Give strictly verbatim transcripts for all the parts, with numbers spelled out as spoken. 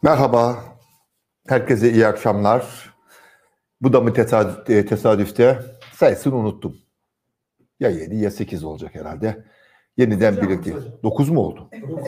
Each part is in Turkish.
Merhaba, herkese iyi akşamlar. Bu da mı tesadüf, e, tesadüfte? Sayısını unuttum. Ya yedi ya sekiz olacak herhalde. Yeniden birlikte. Dokuz mu oldu?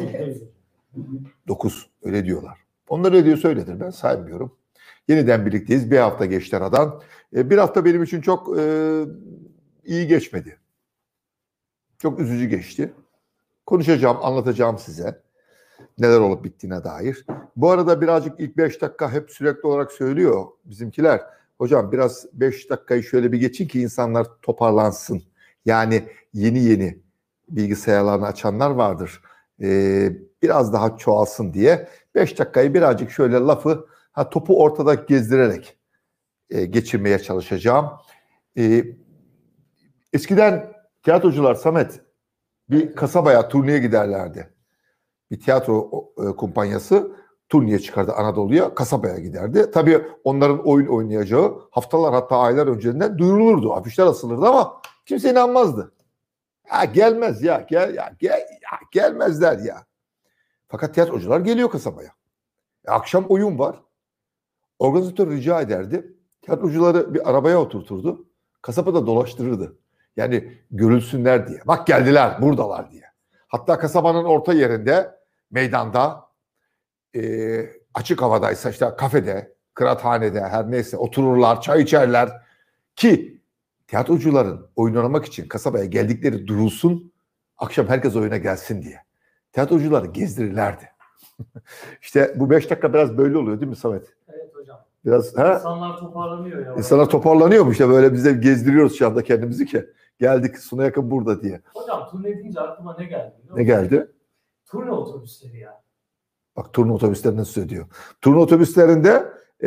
Dokuz, öyle diyorlar. Onlar öyle diyor, söyledir, ben saymıyorum. Yeniden birlikteyiz. Bir hafta geçti aradan. E, bir hafta benim için çok e, iyi geçmedi. Çok üzücü geçti. Konuşacağım, anlatacağım size neler olup bittiğine dair. Bu arada birazcık ilk beş dakika hep sürekli olarak söylüyor bizimkiler. Hocam biraz beş dakikayı şöyle bir geçin ki insanlar toparlansın. Yani yeni yeni bilgisayarlarını açanlar vardır. Ee, biraz daha çoğalsın diye beş dakikayı birazcık şöyle lafı ha, topu ortada gezdirerek e, geçirmeye çalışacağım. E, eskiden tiyatrocular Samet bir kasabaya turneye giderlerdi. Bir tiyatro e, kumpanyası turneye çıkardı Anadolu'ya, kasabaya giderdi. Tabii onların oyun oynayacağı haftalar hatta aylar öncesinden duyurulurdu. Afişler asılırdı ama kimse inanmazdı. Ya gelmez ya, gel ya, gel ya, gelmezler ya. Fakat tiyatrocular geliyor kasabaya. E, akşam oyun var. Organizatör rica ederdi. Tiyatrocuları bir arabaya oturturdu. Kasabada dolaştırırdı. Yani görülsünler diye. Bak geldiler, buradalar diye. Hatta kasabanın orta yerinde, meydanda, e, açık havadaysa işte kafede, kıraathanede her neyse otururlar, çay içerler ki tiyatrocuların oyun oynamak için kasabaya geldikleri duyulsun, akşam herkes oyuna gelsin diye. Tiyatrocuları gezdirirlerdi. İşte bu beş dakika biraz böyle oluyor değil mi Samet? Evet hocam. Biraz, ha? İnsanlar toparlanıyor ya. İnsanlar toparlanıyor mu işte böyle biz de gezdiriyoruz şu anda kendimizi ki geldik Suna yakın burada diye. Hocam turne deyince aklıma ne geldi? Ne geldi? Turne otobüsleri ya. Bak turne otobüsleri nasıl ödüyor? Turne otobüslerinde e,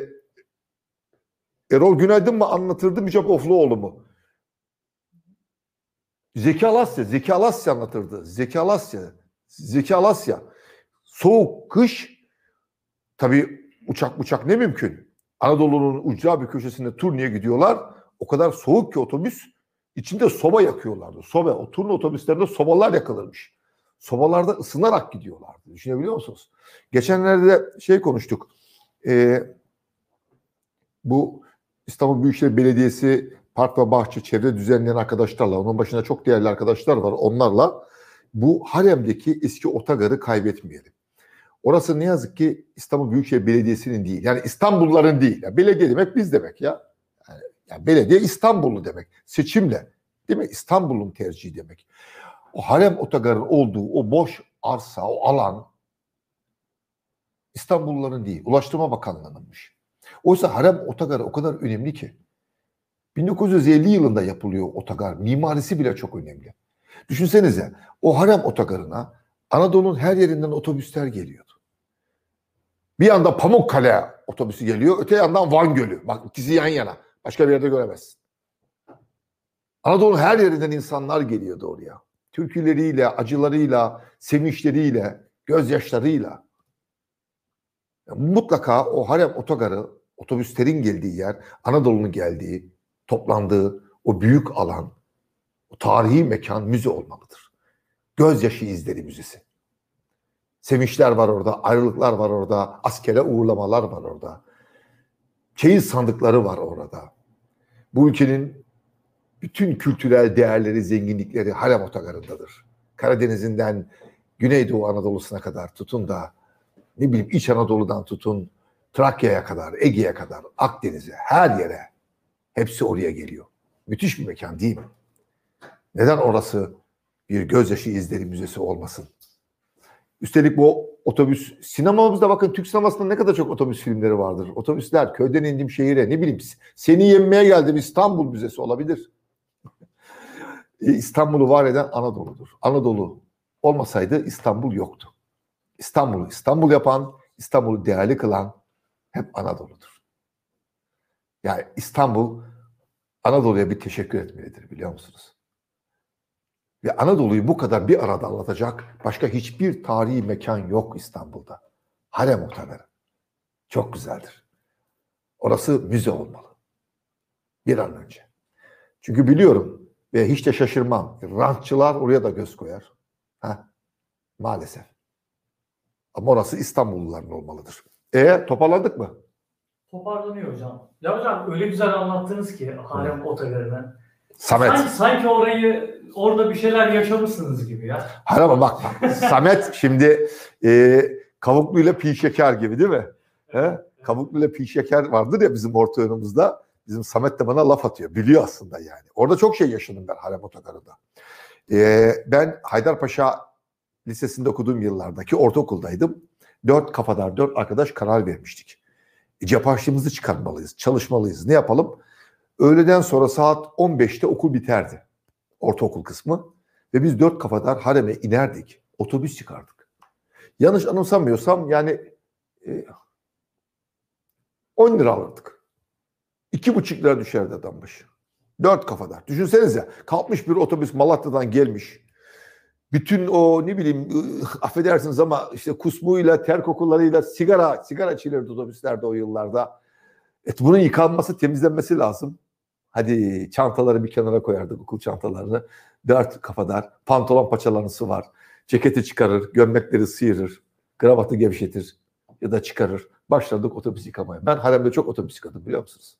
Erol Günaydın mı anlatırdı Mücap Ofluoğlu mu? Zeki Alasya, Zeki Alasya anlatırdı. Zeki Alasya, Zeki Alasya. Soğuk, kış, tabii uçak uçak ne mümkün. Anadolu'nun ucra bir köşesinde turneye gidiyorlar. O kadar soğuk ki otobüs, içinde soba yakıyorlardı. Soba, o turne otobüslerinde sobalar yakılırmış. Sobalarda ısınarak gidiyorlardı. Düşünebiliyor musunuz? Geçenlerde şey konuştuk. Ee, bu İstanbul Büyükşehir Belediyesi Park ve Bahçe çevre düzenleyen arkadaşlarla, onun başında çok değerli arkadaşlar var, onlarla bu Harem'deki eski otogarı kaybetmeyelim. Orası ne yazık ki İstanbul Büyükşehir Belediyesi'nin değil. Yani İstanbulluların değil. Yani belediye demek biz demek ya. Yani, yani belediye İstanbullu demek. Seçimle. Değil mi? İstanbul'un tercihi demek. O Harem otogarın olduğu o boş arsa, o alan İstanbulluların değil. Ulaştırma Bakanlığı'nınmış. Oysa Harem otogarı o kadar önemli ki. bin dokuz yüz elli yılında yapılıyor otogar. Mimarisi bile çok önemli. Düşünsenize o Harem otogarına Anadolu'nun her yerinden otobüsler geliyordu. Bir yanda Pamukkale otobüsü geliyor, öte yandan Van Gölü. Bak ikisi yan yana. Başka bir yerde göremezsin. Anadolu'nun her yerinden insanlar geliyordu oraya. Türküleriyle, acılarıyla, sevinçleriyle, gözyaşlarıyla. Mutlaka o Harem otogarı, otobüslerin geldiği yer, Anadolu'nun geldiği, toplandığı o büyük alan, o tarihi mekan müze olmalıdır. Gözyaşı izleri müzesi. Sevinçler var orada, ayrılıklar var orada, askere uğurlamalar var orada. Çeyiz sandıkları var orada. Bu ülkenin bütün kültürel değerleri, zenginlikleri Harem otogarındadır. Karadeniz'inden Güneydoğu Anadolu'suna kadar tutun da ne bileyim İç Anadolu'dan tutun Trakya'ya kadar, Ege'ye kadar, Akdeniz'e, her yere hepsi oraya geliyor. Müthiş bir mekan değil mi? Neden orası bir gözyaşı izleri müzesi olmasın? Üstelik bu otobüs, sinemamızda bakın Türk sinemasında ne kadar çok otobüs filmleri vardır. Otobüsler, köyden indim şehire, ne bileyim seni yemmeye geldim İstanbul Müzesi olabilir. İstanbul'u var eden Anadolu'dur. Anadolu olmasaydı İstanbul yoktu. İstanbul'u İstanbul yapan, İstanbul'u değerli kılan hep Anadolu'dur. Yani İstanbul Anadolu'ya bir teşekkür etmelidir biliyor musunuz? Ve Anadolu'yu bu kadar bir arada anlatacak başka hiçbir tarihi mekan yok İstanbul'da. Harem otogarı. Çok güzeldir. Orası müze olmalı. Bir an önce. Çünkü biliyorum ve hiç de şaşırmam. Rantçılar oraya da göz koyar. Heh, maalesef. Ama orası İstanbulluların olmalıdır. E toparladık mı? Toparlanıyor hocam. Ya hocam öyle güzel anlattınız ki Harem Otogarı'nı. Samet. Sanki, sanki orayı orada bir şeyler yaşamışsınız gibi ya. Hayır ama bak bak. Samet şimdi e, kavukluyla pi şeker gibi değil mi? He? Kavukluyla pi şeker vardır ya bizim orta yönümüzde. Bizim Samet de bana laf atıyor. Biliyor aslında yani. Orada çok şey yaşadım ben Harem Otogarı'nda. E, ben Haydarpaşa Lisesi'nde okuduğum yıllardaki ortaokuldaydım. Dört kafadar, dört arkadaş karar vermiştik. E, cep harçlığımızı çıkarmalıyız, çalışmalıyız. Ne yapalım? Öğleden sonra saat on beşte okul biterdi. Ortaokul kısmı. Ve biz dört kafadar hareme inerdik. Otobüs çıkardık. Yanlış anımsamıyorsam yani e, on lira alırdık. İki buçuk lira düşerdi adam başı. Dört kafadar. Düşünsenize kalkmış bir otobüs Malatya'dan gelmiş. Bütün o ne bileyim affedersiniz ama işte kusmuyla, ter kokularıyla sigara, sigara içilirdi otobüslerde o yıllarda. Et bunun yıkanması, temizlenmesi lazım. Hadi çantaları bir kenara koyardık, okul çantalarını. Dört kafadar, pantolon paçalarını sıvar. Ceketi çıkarır, gömlekleri sıyırır. Kravatı gevşetir ya da çıkarır. Başladık otobüs yıkamaya. Ben haremde çok otobüs yıkadım biliyor musunuz?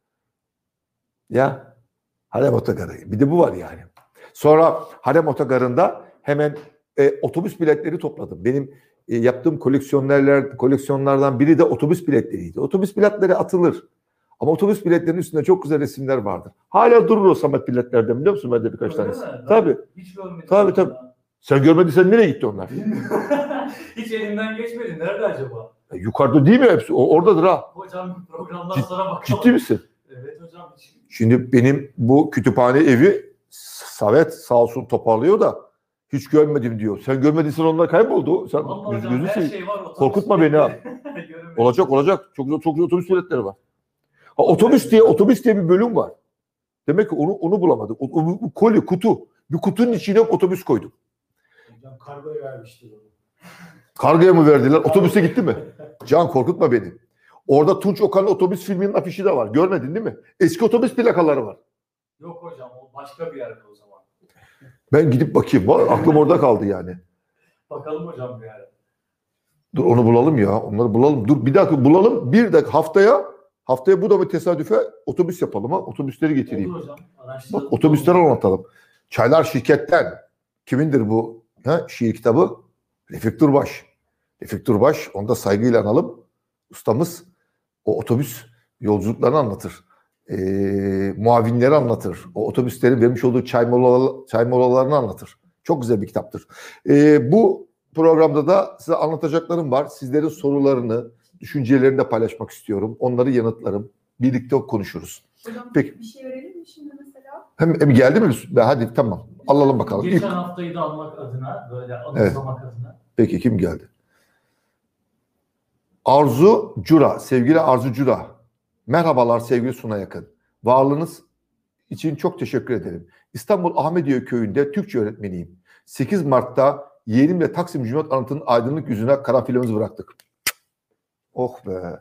Ya harem otogarı. Bir de bu var yani. Sonra harem otogarında hemen e, otobüs biletleri topladım. Benim e, yaptığım koleksiyonlarlar, koleksiyonlardan biri de otobüs biletleriydi. Otobüs biletleri atılır. Ama otobüs biletlerinin üstünde çok güzel resimler vardır. Hala durur o Samet biletlerden biliyor musun? Ben de birkaç tanesi. Tabii. Hiç görmedim. Tabii tabii. Sen görmediysen nereye gitti onlar? Hiç elimden geçmedi. Nerede acaba? E, yukarıda değil mi hepsi? O, oradadır ha. Hocam programdan Cid, sonra bakalım. Ciddi misin? Evet hocam. Hiç... Şimdi benim bu kütüphane evi Samet sağ olsun toparlıyor da hiç görmedim diyor. Sen görmediysen onlar kayboldu. Sen Vallahi yüz, hocam, gözü her şey. şey var, Korkutma beni ha. Göremedim. Olacak olacak. Çok güzel, çok güzel otobüs biletleri var. Ha, otobüs diye otobüs diye bir bölüm var. Demek ki onu onu bulamadık. O, o, o koli kutu. Bir kutunun içine otobüs koydum. Hocam kargoya vermiştir onu. Kargoya mı verdiler? Otobüse gitti mi? Can korkutma beni. Orada Tunç Okan'ın otobüs filminin afişi de var. Görmedin değil mi? Eski otobüs plakaları var. Yok hocam o başka bir yerde o zaman. Ben gidip bakayım. Aklım orada kaldı yani. Bakalım hocam bir yere. Dur onu bulalım ya. Onları bulalım. Dur bir dakika bulalım. Bir dakika haftaya haftaya bu da bir tesadüfe otobüs yapalım ha. Otobüsleri getireyim. Olur hocam. Araştıralım. Bak otobüsleri anlatalım. Çaylar şirketten. Kimindir bu ha, şiir kitabı? Refik Durbaş. Refik Durbaş. Onu da saygıyla analım. Ustamız o otobüs yolculuklarını anlatır. Ee, muavinleri anlatır. O otobüslerin vermiş olduğu çay, molalar, çay molalarını anlatır. Çok güzel bir kitaptır. Ee, bu programda da size anlatacaklarım var. Sizlerin sorularını, düşüncelerini de paylaşmak istiyorum. Onları yanıtlarım. Birlikte konuşuruz. Hocam Peki. bir şey verelim mi şimdi mesela? Hem, hem geldi mi? Hadi tamam. Alalım bakalım. Geçen İlk. haftayı da almak adına, böyle anımsamak evet. adına. Peki kim geldi? Arzu Cura. Sevgili Arzu Cura. Merhabalar sevgili Suna Yakın. Varlığınız için çok teşekkür ederim. İstanbul Ahmediye Köyü'nde Türkçe öğretmeniyim. sekiz Mart'ta yeğenimle Taksim Cumhuriyet Anıtı'nın aydınlık yüzüne karanfilimizi bıraktık. Oh be.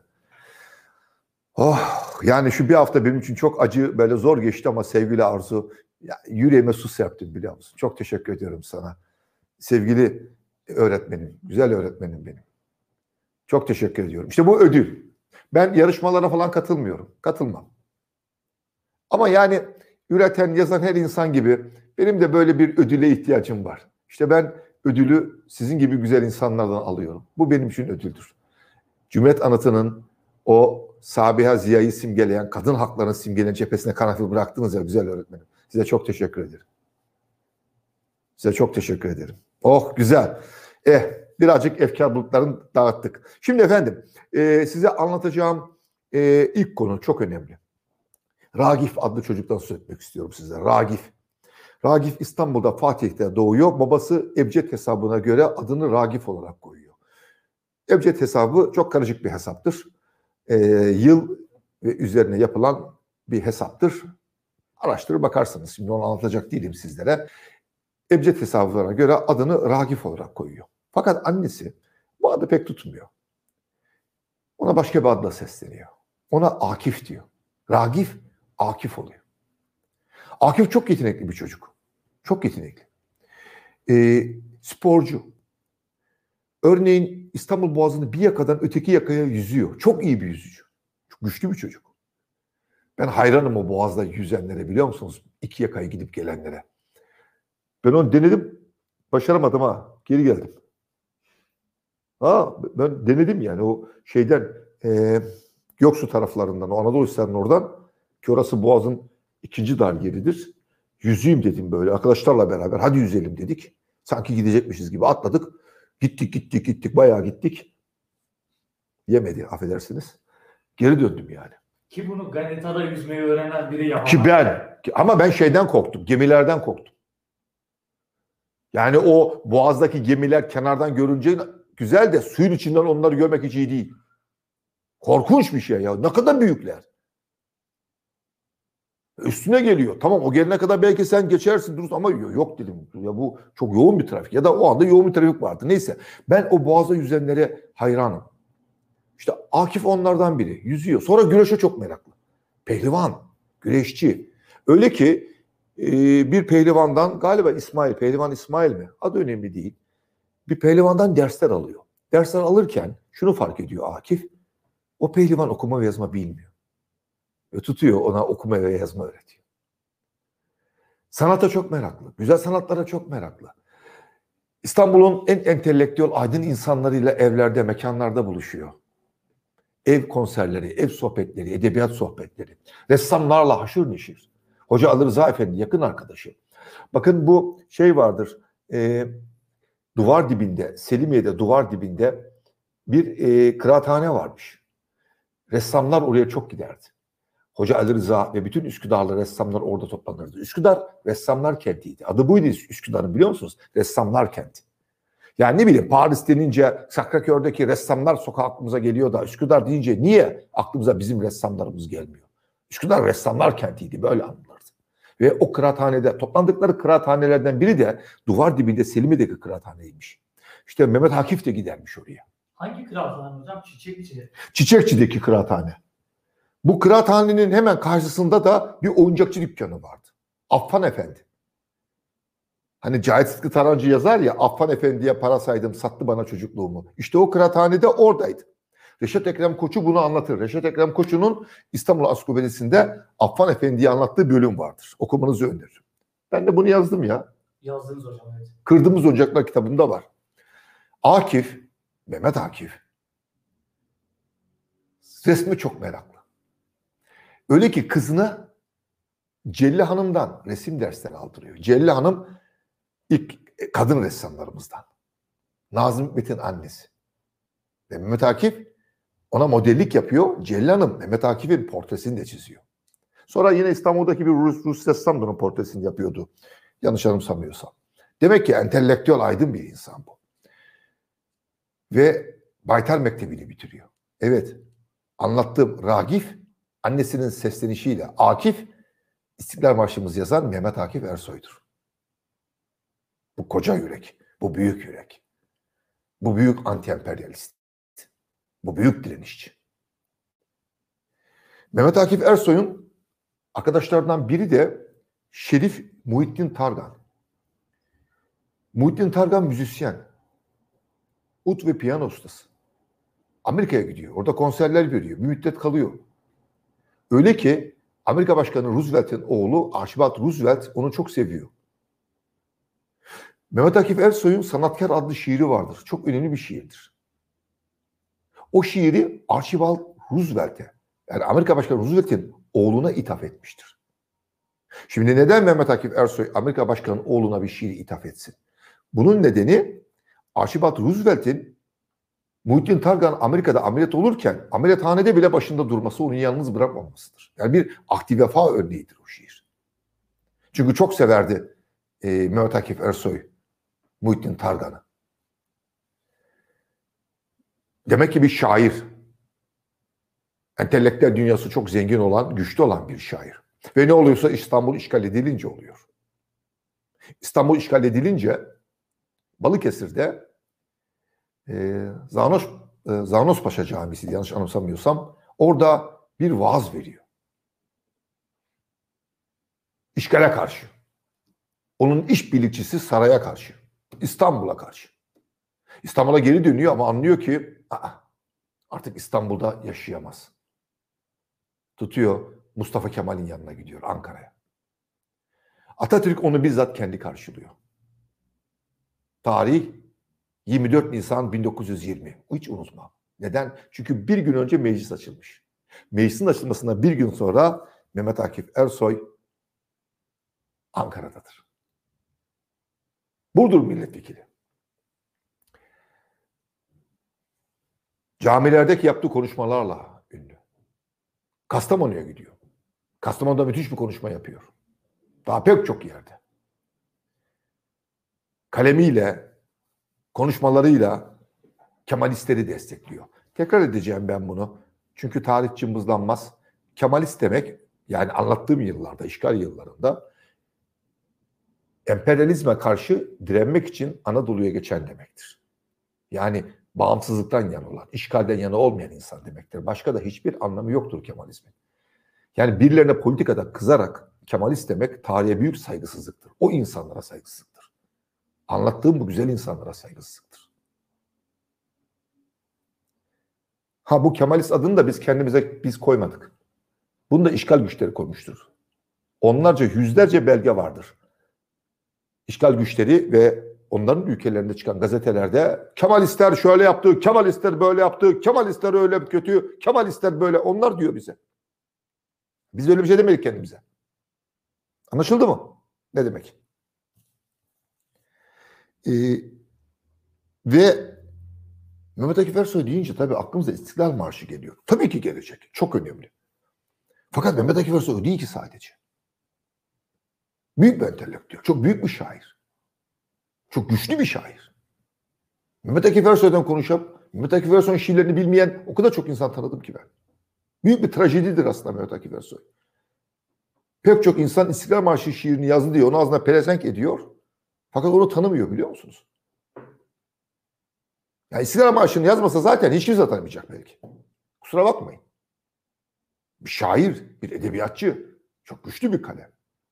Oh, yani şu bir hafta benim için çok acı, böyle zor geçti ama sevgili Arzu, ya, yüreğime su serptin biliyor musun? Çok teşekkür ediyorum sana. Sevgili öğretmenim, güzel öğretmenim benim. Çok teşekkür ediyorum. İşte bu ödül. Ben yarışmalara falan katılmıyorum. Katılmam. Ama yani üreten, yazan her insan gibi benim de böyle bir ödüle ihtiyacım var. İşte ben ödülü sizin gibi güzel insanlardan alıyorum. Bu benim için ödüldür. Cumhuriyet Anıtı'nın o Sabiha Ziya'yı simgeleyen, kadın haklarını simgeleyen cephesine karanfil bıraktınız ya güzel öğretmenim. Size çok teşekkür ederim. Size çok teşekkür ederim. Oh güzel. Eh birazcık efkar bulutlarını dağıttık. Şimdi efendim e, size anlatacağım e, ilk konu çok önemli. Ragif adlı çocuktan söz etmek istiyorum size. Ragif. Ragif İstanbul'da Fatih'te doğuyor. Babası Ebced hesabına göre adını Ragif olarak koyuyor. Ebced hesabı çok karışık bir hesaptır. Ee, yıl ve üzerine yapılan bir hesaptır. Araştırır bakarsınız. Şimdi onu anlatacak değilim sizlere. Ebced hesabına göre adını Ragif olarak koyuyor. Fakat annesi bu adı pek tutmuyor. Ona başka bir adla sesleniyor. Ona Akif diyor. Ragif, Akif oluyor. Akif çok yetenekli bir çocuk. Çok yetenekli. Ee, sporcu. Örneğin İstanbul Boğazı'nı bir yakadan öteki yakaya yüzüyor. Çok iyi bir yüzücü. Çok güçlü bir çocuk. Ben hayranım o Boğaz'da yüzenlere, biliyor musunuz? İki yakaya gidip gelenlere. Ben onu denedim. Başaramadım ha. Geri geldim. Ha, ben denedim yani o şeyden e, Göksu taraflarından, o Anadolu hisarının oradan, ki orası Boğaz'ın ikinci dar yeridir. Yüzeyim dedim böyle arkadaşlarla beraber, hadi yüzelim dedik. Sanki gidecekmişiz gibi atladık. Gittik gittik gittik bayağı gittik. Yemedi, affedersiniz. Geri döndüm yani. Ki bunu Ganeta'da yüzmeyi öğrenen biri yapamaz. Ki ben ama ben şeyden korktum. Gemilerden korktum. Yani o Boğaz'daki gemiler kenardan görünce güzel de suyun içinden onları görmek hiç iyi değil. Korkunç bir şey ya. Ne kadar büyükler. Üstüne geliyor. Tamam, o gelene kadar belki sen geçersin durursun ama yok dedim. Ya bu çok yoğun bir trafik. Ya da o anda yoğun bir trafik vardı. Neyse. Ben o Boğaz'da yüzenlere hayranım. İşte Akif onlardan biri. Yüzüyor. Sonra güreşe çok meraklı. Pehlivan, güreşçi. Öyle ki e, bir pehlivandan, galiba İsmail, pehlivan İsmail mi? Adı önemli değil. Bir pehlivandan dersler alıyor. Dersler alırken şunu fark ediyor Akif. O pehlivan okuma ve yazma bilmiyor. Ve tutuyor ona okuma ve yazma öğretiyor. Sanata çok meraklı. Güzel sanatlara çok meraklı. İstanbul'un en entelektüel aydın insanlarıyla evlerde, mekanlarda buluşuyor. Ev konserleri, ev sohbetleri, edebiyat sohbetleri. Ressamlarla haşır neşir. Hoca Ali Rıza Efendi yakın arkadaşı. Bakın bu şey vardır. E, duvar dibinde, Selimiye'de duvar dibinde bir e, kıraathane varmış. Ressamlar oraya çok giderdi. Hoca Ali Rıza ve bütün Üsküdarlı ressamlar orada toplanırdı. Üsküdar ressamlar kentiydi. Adı buydu Üsküdar'ın, biliyor musunuz? Ressamlar kenti. Yani ne bileyim, Paris denince Sacré-Cœur'deki ressamlar sokağı aklımıza geliyor da Üsküdar deyince niye aklımıza bizim ressamlarımız gelmiyor? Üsküdar ressamlar kentiydi, böyle anılırdı. Ve o kıraathanede, toplandıkları kıraathanelerden biri de duvar dibinde Selimiye'deki kıraathaneymiş. İşte Mehmet Akif de gidermiş oraya. Hangi kıraathane hocam? Çiçekçi. Çiçekçi'deki kıraathane. Bu kıraathanenin hemen karşısında da bir oyuncakçı dükkanı vardı. Affan Efendi. Hani Cahit Sıtkı Tarancı yazar ya, Affan Efendi'ye para saydım, sattı bana çocukluğumu. İşte o kıraathanede oradaydı. Reşat Ekrem Koçu bunu anlatır. Reşat Ekrem Koçu'nun İstanbul Ansiklopedisi'nde Affan Efendi'yi anlattığı bölüm vardır. Okumanızı öneririm. Ben de bunu yazdım ya. Yazdınız hocam, evet. Kırdığımız Oyuncaklar kitabımda var. Akif, Mehmet Akif resme çok meraklı. Öyle ki kızını Celle Hanım'dan resim dersleri aldırıyor. Celle Hanım ilk kadın ressamlarımızdan. Nazım Hikmet'in annesi. Ve Mehmet Akif ona modellik yapıyor. Celle Hanım Mehmet Akif'in portresini de çiziyor. Sonra yine İstanbul'daki bir Rus, Rus ressam da onun portresini yapıyordu. Yanlış anımsamıyorsam. Demek ki entelektüel aydın bir insan bu. Ve Baytar Mektebi'ni bitiriyor. Evet, anlattığım Ragif annesinin seslenişiyle Akif, İstiklal Marşımızı yazan Mehmet Akif Ersoy'dur. Bu koca yürek, bu büyük yürek. Bu büyük anti-emperyalist. Bu büyük direnişçi. Mehmet Akif Ersoy'un arkadaşlarından biri de Şerif Muhittin Targan. Muhittin Targan müzisyen. Ut ve piyano ustası. Amerika'ya gidiyor. Orada konserler veriyor. Bir müddet kalıyor. Öyle ki Amerika Başkanı Roosevelt'in oğlu Archibald Roosevelt onu çok seviyor. Mehmet Akif Ersoy'un Sanatkar adlı şiiri vardır. Çok önemli bir şiirdir. O şiiri Archibald Roosevelt'e, yani Amerika Başkanı Roosevelt'in oğluna ithaf etmiştir. Şimdi neden Mehmet Akif Ersoy Amerika Başkanı'nın oğluna bir şiiri ithaf etsin? Bunun nedeni Archibald Roosevelt'in Muhittin Targan Amerika'da ameliyat olurken ameliyathanede bile başında durması, onu yalnız bırakmamasıdır. Yani bir akdi vefa örneğidir o şiir. Çünkü çok severdi e, Mehmet Akif Ersoy Muhittin Targan'ı. Demek ki bir şair. Entelektüel dünyası çok zengin olan, güçlü olan bir şair. Ve ne oluyorsa İstanbul işgal edilince oluyor. İstanbul işgal edilince Balıkesir'de e, Zanos, e, Zanos Paşa Camisi, yanlış anımsamıyorsam, orada bir vaaz veriyor. İşgale karşı. Onun işbirlikçisi saraya karşı. İstanbul'a karşı. İstanbul'a geri dönüyor ama anlıyor ki aa, artık İstanbul'da yaşayamaz. Tutuyor Mustafa Kemal'in yanına gidiyor Ankara'ya. Atatürk onu bizzat kendi karşılıyor. Tarih yirmi dört Nisan bin dokuz yüz yirmi. Hiç unutma. Neden? Çünkü bir gün önce meclis açılmış. Meclisin açılmasına bir gün sonra Mehmet Akif Ersoy Ankara'dadır. Burdur milletvekili. Camilerdeki yaptığı konuşmalarla ünlü. Kastamonu'ya gidiyor. Kastamonu'da müthiş bir konuşma yapıyor. Daha pek çok yerde. Kalemiyle, konuşmalarıyla Kemalistleri destekliyor. Tekrar edeceğim ben bunu. Çünkü tarih cımbızlanmaz. Kemalist demek, yani anlattığım yıllarda, işgal yıllarında emperyalizme karşı direnmek için Anadolu'ya geçen demektir. Yani bağımsızlıktan yana olan, işgalden yana olmayan insan demektir. Başka da hiçbir anlamı yoktur Kemalizmin. Yani birilerine politikada kızarak Kemalist demek tarihe büyük saygısızlıktır. O insanlara saygısızlıktır. Anlattığım bu güzel insanlara saygısızlıktır. Ha bu Kemalist adını da biz kendimize biz koymadık. Bunu da işgal güçleri koymuştur. Onlarca, yüzlerce belge vardır. İşgal güçleri ve onların ülkelerinde çıkan gazetelerde Kemalistler şöyle yaptı, Kemalistler böyle yaptı, Kemalistler öyle kötü, Kemalistler böyle, onlar diyor bize. Biz öyle bir şey demedik kendimize. Anlaşıldı mı? Ne demek? Ee, ve Mehmet Akif Ersoy deyince tabii aklımıza İstiklal Marşı geliyor. Tabii ki gelecek. Çok önemli. Fakat Mehmet Akif Ersoy değil ki sadece. Büyük bir entelektüel. Çok büyük bir şair. Çok güçlü bir şair. Mehmet Akif Ersoy'dan konuşalım. Mehmet Akif Ersoy'un şiirlerini bilmeyen o kadar çok insan tanıdım ki ben. Büyük bir trajedidir aslında Mehmet Akif Ersoy. Pek çok insan İstiklal Marşı şiirini yazdı diye onu ağzına pelesenk ediyor. Fakat onu tanımıyor, biliyor musunuz? Yani İstiklal Marşı'nı yazmasa zaten hiç kimse tanımayacak belki. Kusura bakmayın. Bir şair, bir edebiyatçı. Çok güçlü bir kalem.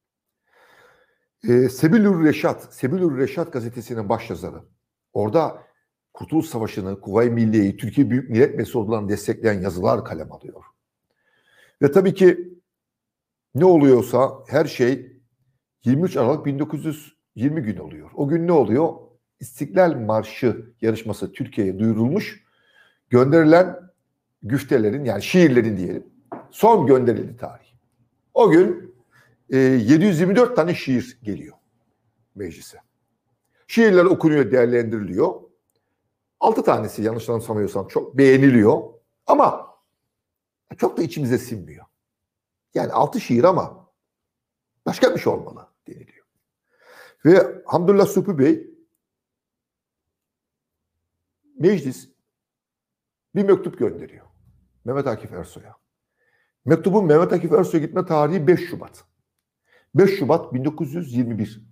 Ee, Sebilür Reşat, Sebilür Reşat gazetesinin başyazarı. Orada Kurtuluş Savaşı'nı, Kuvayi Milliye'yi, Türkiye Büyük Millet Meclisi ordularını destekleyen yazılar kalem alıyor. Ve tabii ki ne oluyorsa her şey yirmi üç Aralık bin dokuz yüz yirmi günü oluyor. O gün ne oluyor? İstiklal Marşı yarışması Türkiye'ye duyurulmuş. Gönderilen güftelerin, yani şiirlerin diyelim, son gönderildi tarih. O gün e, yedi yüz yirmi dört tane şiir geliyor meclise. Şiirler okunuyor, değerlendiriliyor. altı tanesi yanlış anlamıyorsam çok beğeniliyor. Ama çok da içimize sinmiyor. Yani altı şiir ama başka bir şey olmalı deniliyor. Ve Hamdullah Supi Bey meclis bir mektup gönderiyor Mehmet Akif Ersoy'a. Mektubun Mehmet Akif Ersoy'a gitme tarihi beş Şubat. beş Şubat bin dokuz yüz yirmi bir.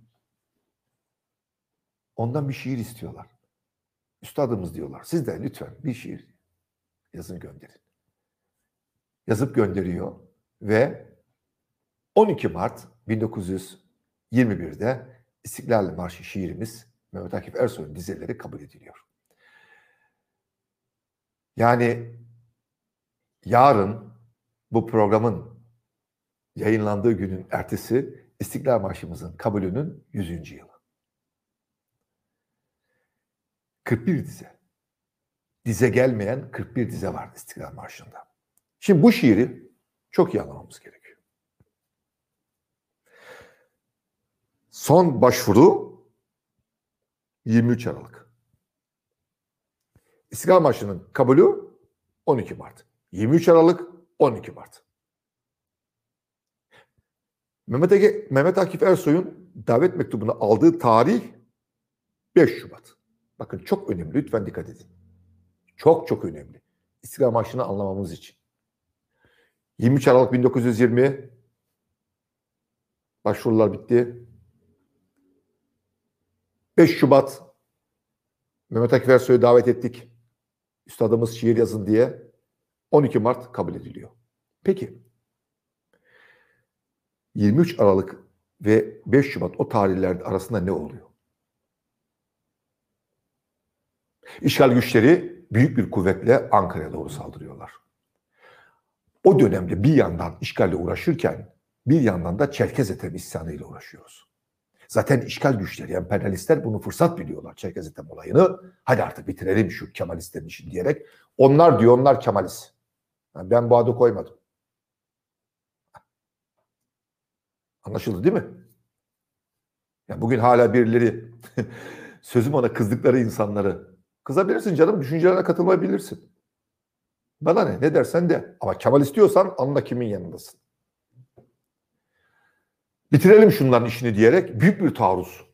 Ondan bir şiir istiyorlar. Üstadımız diyorlar. Siz de lütfen bir şiir yazın gönderin. Yazıp gönderiyor ve on iki Mart bin dokuz yüz yirmi bir'de İstiklal Marşı şiirimiz Mehmet Akif Ersoy'un dizeleri kabul ediliyor. Yani yarın bu programın yayınlandığı günün ertesi İstiklal Marşımızın kabulünün yüzüncü yılı. kırk bir dize. Dize gelmeyen kırk bir dize var İstiklal Marşı'nda. Şimdi bu şiiri çok iyi anlamamız gerekiyor. Son başvuru yirmi üç Aralık. İstiklal Marşı'nın kabulü on iki Mart. yirmi üç Aralık, on iki Mart. Mehmet, Ege, Mehmet Akif Ersoy'un davet mektubunu aldığı tarih beş Şubat. Bakın çok önemli, lütfen dikkat edin. Çok çok önemli. İstiklal Marşı'nı anlamamız için. yirmi üç Aralık bin dokuz yüz yirmi başvurular bitti. beş Şubat Mehmet Akif Ersoy'u davet ettik. Üstadımız şiir yazın diye. on iki Mart kabul ediliyor. Peki yirmi üç Aralık ve beş Şubat o tarihler arasında ne oluyor? İşgal güçleri büyük bir kuvvetle Ankara'ya doğru saldırıyorlar. O dönemde bir yandan işgalle uğraşırken bir yandan da Çerkez Ethem isyanıyla uğraşıyoruz. Zaten işgal güçleri, emperyalistler bunu fırsat biliyorlar Çerkez Ethem olayını. Hadi artık bitirelim şu Kemalistlerin işini diyerek. Onlar diyor onlar Kemalist. Yani ben bu adı koymadım. Anlaşıldı değil mi? Yani bugün hala birileri sözüm ona kızdıkları insanları kızabilirsin canım, düşüncelerine katılmayabilirsin. Bana ne, ne dersen de. Ama Kemal istiyorsan anla kimin yanındasın. Bitirelim şunların işini diyerek büyük bir taarruz.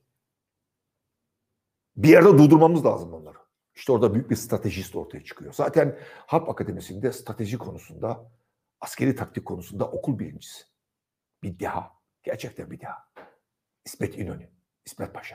Bir yerde durdurmamız lazım onları. İşte orada büyük bir stratejist ortaya çıkıyor. Zaten Harp Akademisi'nde strateji konusunda, askeri taktik konusunda okul birincisi. Bir deha. Gerçekten bir deha. İsmet İnönü. İsmet Paşa.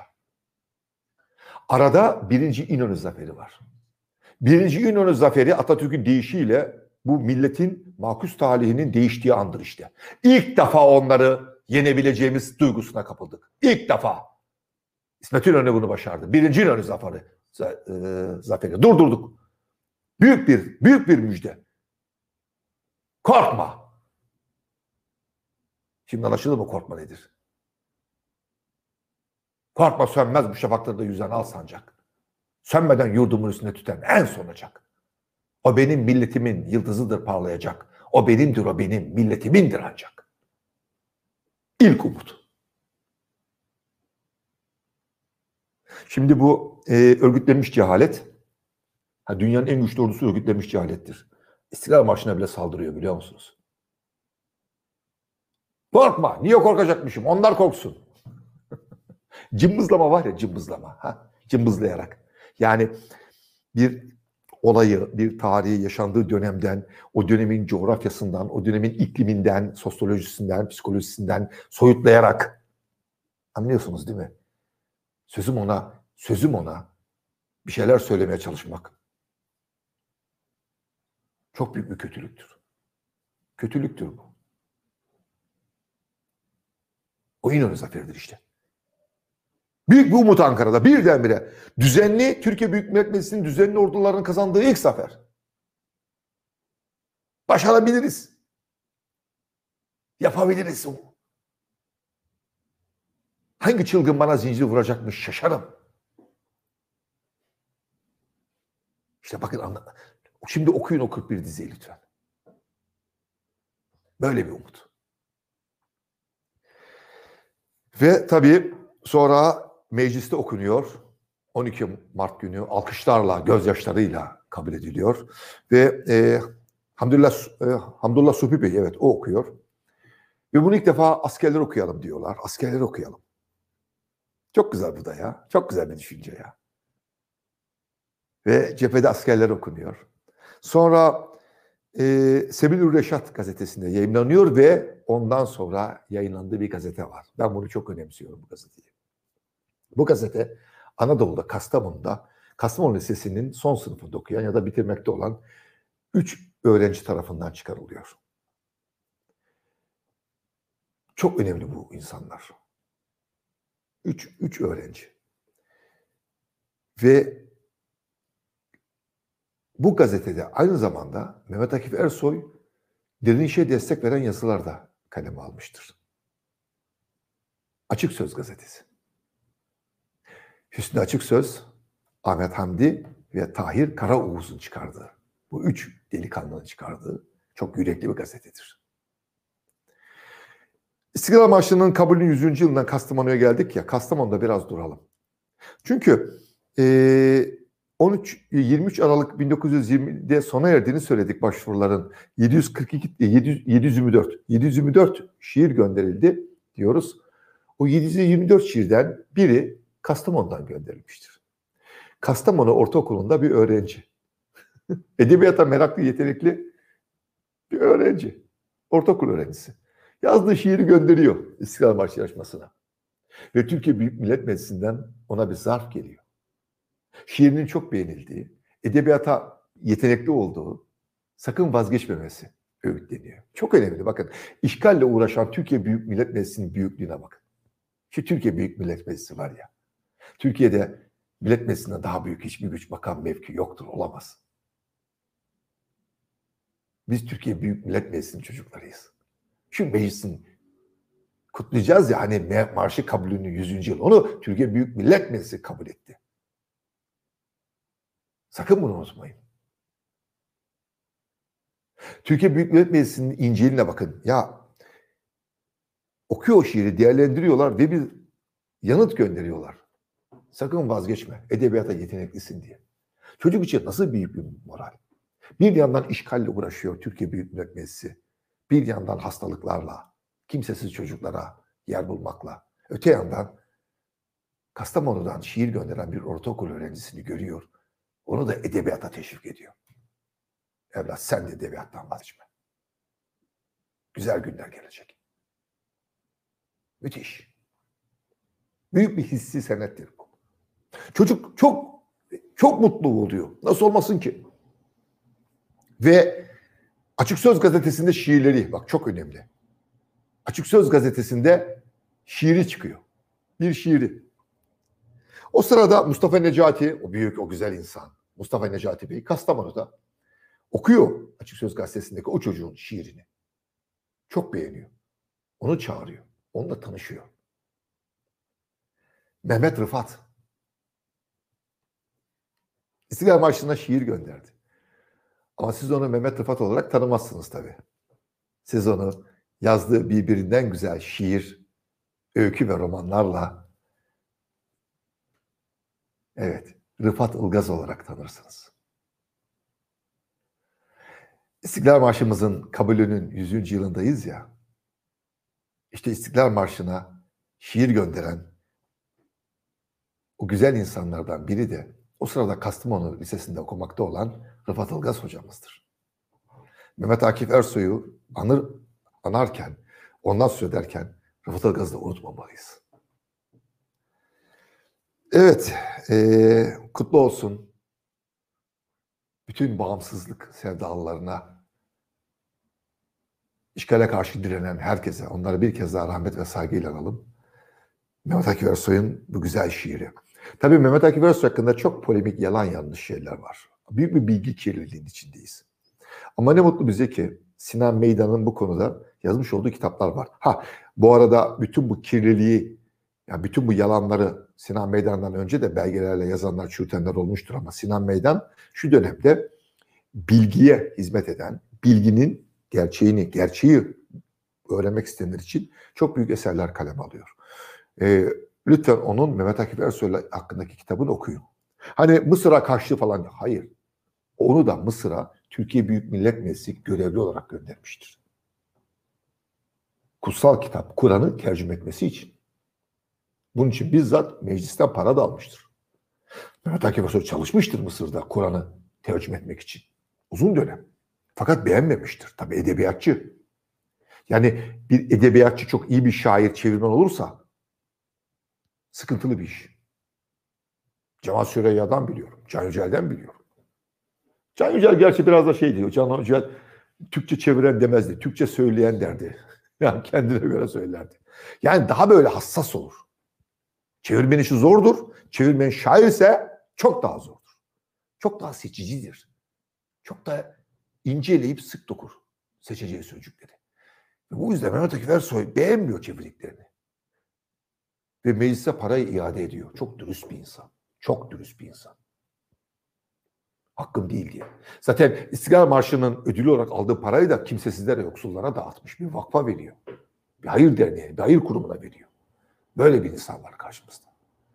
Arada birinci İnönü Zaferi var. Birinci İnönü Zaferi Atatürk'ün deyişiyle bu milletin makus talihinin değiştiği andır işte. İlk defa onları yenebileceğimiz duygusuna kapıldık. İlk defa. İsmet İnönü bunu başardı. Birinci İnönü Zaferi. Zaferi. Durdurduk. Büyük bir, büyük bir müjde. Korkma. Şimdi anlaşıldı mı korkma nedir? Korkma sönmez bu şafaklarda yüzen al sancak. Sönmeden yurdumun üstünde tüten en son ocak. O benim milletimin yıldızıdır parlayacak. O benimdir o benim milletimindir ancak. İlk umut. Şimdi bu e, örgütlenmiş cehalet, ha, dünyanın en güçlü ordusu örgütlenmiş cehalettir. İstiklal Marşı'na bile saldırıyor biliyor musunuz? Korkma. Niye korkacakmışım? Onlar korksun. Cımbızlama var ya cımbızlama. Ha? Cımbızlayarak. Yani bir olayı, bir tarihi yaşandığı dönemden, o dönemin coğrafyasından, o dönemin ikliminden, sosyolojisinden, psikolojisinden soyutlayarak, anlıyorsunuz değil mi? Sözüm ona, sözüm ona bir şeyler söylemeye çalışmak çok büyük bir kötülüktür. Kötülüktür bu. O İnönü Zaferi'dir işte. Büyük bir umut Ankara'da birdenbire. Düzenli, Türkiye Büyük Millet Meclisi'nin düzenli ordularının kazandığı ilk zafer. Başarabiliriz. Yapabiliriz. Hangi çılgın bana zincir vuracakmış şaşarım. İşte bakın anla. Şimdi okuyun o kırk bir diziyi lütfen. Böyle bir umut. Ve tabii sonra mecliste okunuyor. on iki Mart günü alkışlarla, gözyaşlarıyla kabul ediliyor. Ve e, Hamdullah, e, Hamdullah Supi Bey, evet o okuyor. Ve bunu ilk defa askerler okuyalım diyorlar. Askerler okuyalım. Çok güzel bu da ya. Çok güzel bir düşünce ya. Ve cephede askerler okunuyor. Sonra e, Sebil-ül Reşat gazetesinde yayınlanıyor ve ondan sonra yayınlandığı bir gazete var. Ben bunu çok önemsiyorum bu gazeteyi. Bu gazete Anadolu'da, Kastamonu'da, Kastamonu Lisesi'nin son sınıfında okuyan ya da bitirmekte olan üç öğrenci tarafından çıkarılıyor. Çok önemli bu insanlar. Üç, üç öğrenci. Ve bu gazetede aynı zamanda Mehmet Akif Ersoy direnişe destek veren yazılar da kaleme almıştır. Açık Söz gazetesi. Hüsnü Açık Söz, Ahmet Hamdi ve Tahir Karaoğuz'un çıkardığı, bu üç delikanlının çıkardığı çok yürekli bir gazetedir. İstiklal Marşı'nın kabulünün yüzüncü yılından Kastamonu'ya geldik ya, Kastamonu'da biraz duralım. Çünkü on üç yirmi üç Aralık bin dokuz yüz yirmide sona erdiğini söyledik başvuruların. yedi yüz kırk iki yedi yüz yirmi dört yedi yüz yirmi dört şiir gönderildi diyoruz. O yedi yüz yirmi dört şiirden biri Kastamonu'dan gönderilmiştir. Kastamonu Ortaokulu'nda bir öğrenci. Edebiyata meraklı, yetenekli bir öğrenci. Ortaokul öğrencisi. Yazdığı şiiri gönderiyor İstiklal Marşı yarışmasına. Ve Türkiye Büyük Millet Meclisi'nden ona bir zarf geliyor. Şiirinin çok beğenildiği, edebiyata yetenekli olduğu, sakın vazgeçmemesi öğütleniyor. Çok önemli. Bakın, işgalle uğraşan Türkiye Büyük Millet Meclisi'nin büyüklüğüne bakın. Şu Türkiye Büyük Millet Meclisi var ya, Türkiye'de Millet Meclisi'nde daha büyük hiçbir güç, makam, mevki yoktur, olamaz. Biz Türkiye Büyük Millet Meclisi'nin çocuklarıyız. Şu meclisin kutlayacağız ya hani marşı kabulünün yüzüncü yıl. Onu Türkiye Büyük Millet Meclisi kabul etti. Sakın bunu unutmayın. Türkiye Büyük Millet Meclisi'nin İncil'ine bakın. Ya okuyor o şiiri, değerlendiriyorlar ve bir yanıt gönderiyorlar. Sakın vazgeçme. Edebiyata yeteneklisin diye. Çocuk için nasıl büyük bir moral. Bir yandan işgalle uğraşıyor Türkiye Büyük Millet Meclisi. Bir yandan hastalıklarla, kimsesiz çocuklara yer bulmakla. Öte yandan Kastamonu'dan şiir gönderen bir ortaokul öğrencisini görüyor. Onu da edebiyata teşvik ediyor. Evlat sen de edebiyattan vazgeçme. Güzel günler gelecek. Müthiş. Büyük bir hissi senettir bu. Çocuk çok çok mutlu oluyor. Nasıl olmasın ki? Ve Açık Söz gazetesinde şiirleri, bak çok önemli. Açık Söz gazetesinde şiiri çıkıyor. Bir şiiri. O sırada Mustafa Necati, o büyük, o güzel insan, Mustafa Necati Bey Kastamonu'da okuyor Açık Söz gazetesindeki o çocuğun şiirini. Çok beğeniyor. Onu çağırıyor. Onunla tanışıyor. Mehmet Rıfat İstiklal Marşı'na şiir gönderdi. Ama siz onu Mehmet Rıfat olarak tanımazsınız tabii. Siz onu yazdığı birbirinden güzel şiir, öykü ve romanlarla evet, Rıfat Ilgaz olarak tanırsınız. İstiklal Marşımızın kabulünün yüzüncü yılındayız ya. İşte İstiklal Marşı'na şiir gönderen o güzel insanlardan biri de o sırada Kastamonu Lisesi'nde okumakta olan Rıfat Ilgaz hocamızdır. Mehmet Akif Ersoy'u anır, anarken, ondan söz ederken Rıfat Ilgaz'ı da unutmamalıyız. Evet, ee, kutlu olsun bütün bağımsızlık sevdalılarına, işgale karşı direnen herkese, onlara bir kez daha rahmet ve saygıyla analım. Mehmet Akif Ersoy'un bu güzel şiiri. Tabii Mehmet Akif Ersoy hakkında çok polemik, yalan yanlış şeyler var. Büyük bir bilgi kirliliğinin içindeyiz. Ama ne mutlu bize ki Sinan Meydan'ın bu konuda yazmış olduğu kitaplar var. Ha, bu arada bütün bu kirliliği, yani bütün bu yalanları Sinan Meydan'dan önce de belgelerle yazanlar, çürütenler olmuştur ama Sinan Meydan şu dönemde bilgiye hizmet eden, bilginin gerçeğini, gerçeği öğrenmek isteyenler için çok büyük eserler kaleme alıyor. Ee, lütfen onun Mehmet Akif Ersoy hakkındaki kitabını okuyun. Hani Mısır'a kaçtı falan. Hayır. Onu da Mısır'a Türkiye Büyük Millet Meclisi görevli olarak göndermiştir. Kutsal kitap, Kur'an'ı tercüme etmesi için. Bunun için bizzat meclisten para da almıştır. Mehmet Akif Ersoy çalışmıştır Mısır'da Kur'an'ı tercüme etmek için. Uzun dönem. Fakat beğenmemiştir. Tabii edebiyatçı. Yani bir edebiyatçı çok iyi bir şair, çevirmen olursa sıkıntılı bir iş. Cemal Süreyya'dan biliyorum. Can Yücel'den biliyorum. Can Yücel gerçi biraz da şey diyor. Can Yücel Türkçe çeviren demezdi. Türkçe söyleyen derdi. Yani kendine göre söylerdi. Yani daha böyle hassas olur. Çevirmen işi zordur. Çevirmen şairse çok daha zordur. Çok daha seçicidir. Çok da inceleyip sık dokur seçeceği sözcükleri. Ve bu yüzden Mehmet Akif Ersoy beğenmiyor çevirdiklerini. Ve meclise parayı iade ediyor. Çok dürüst bir insan. Çok dürüst bir insan. Hakkım değil diye. Zaten İstiklal Marşı'nın ödülü olarak aldığı parayı da kimsesizlere, yoksullara dağıtmış. Bir vakfa veriyor. Bir hayır derneği, bir hayır kurumuna veriyor. Böyle bir insan var karşımızda.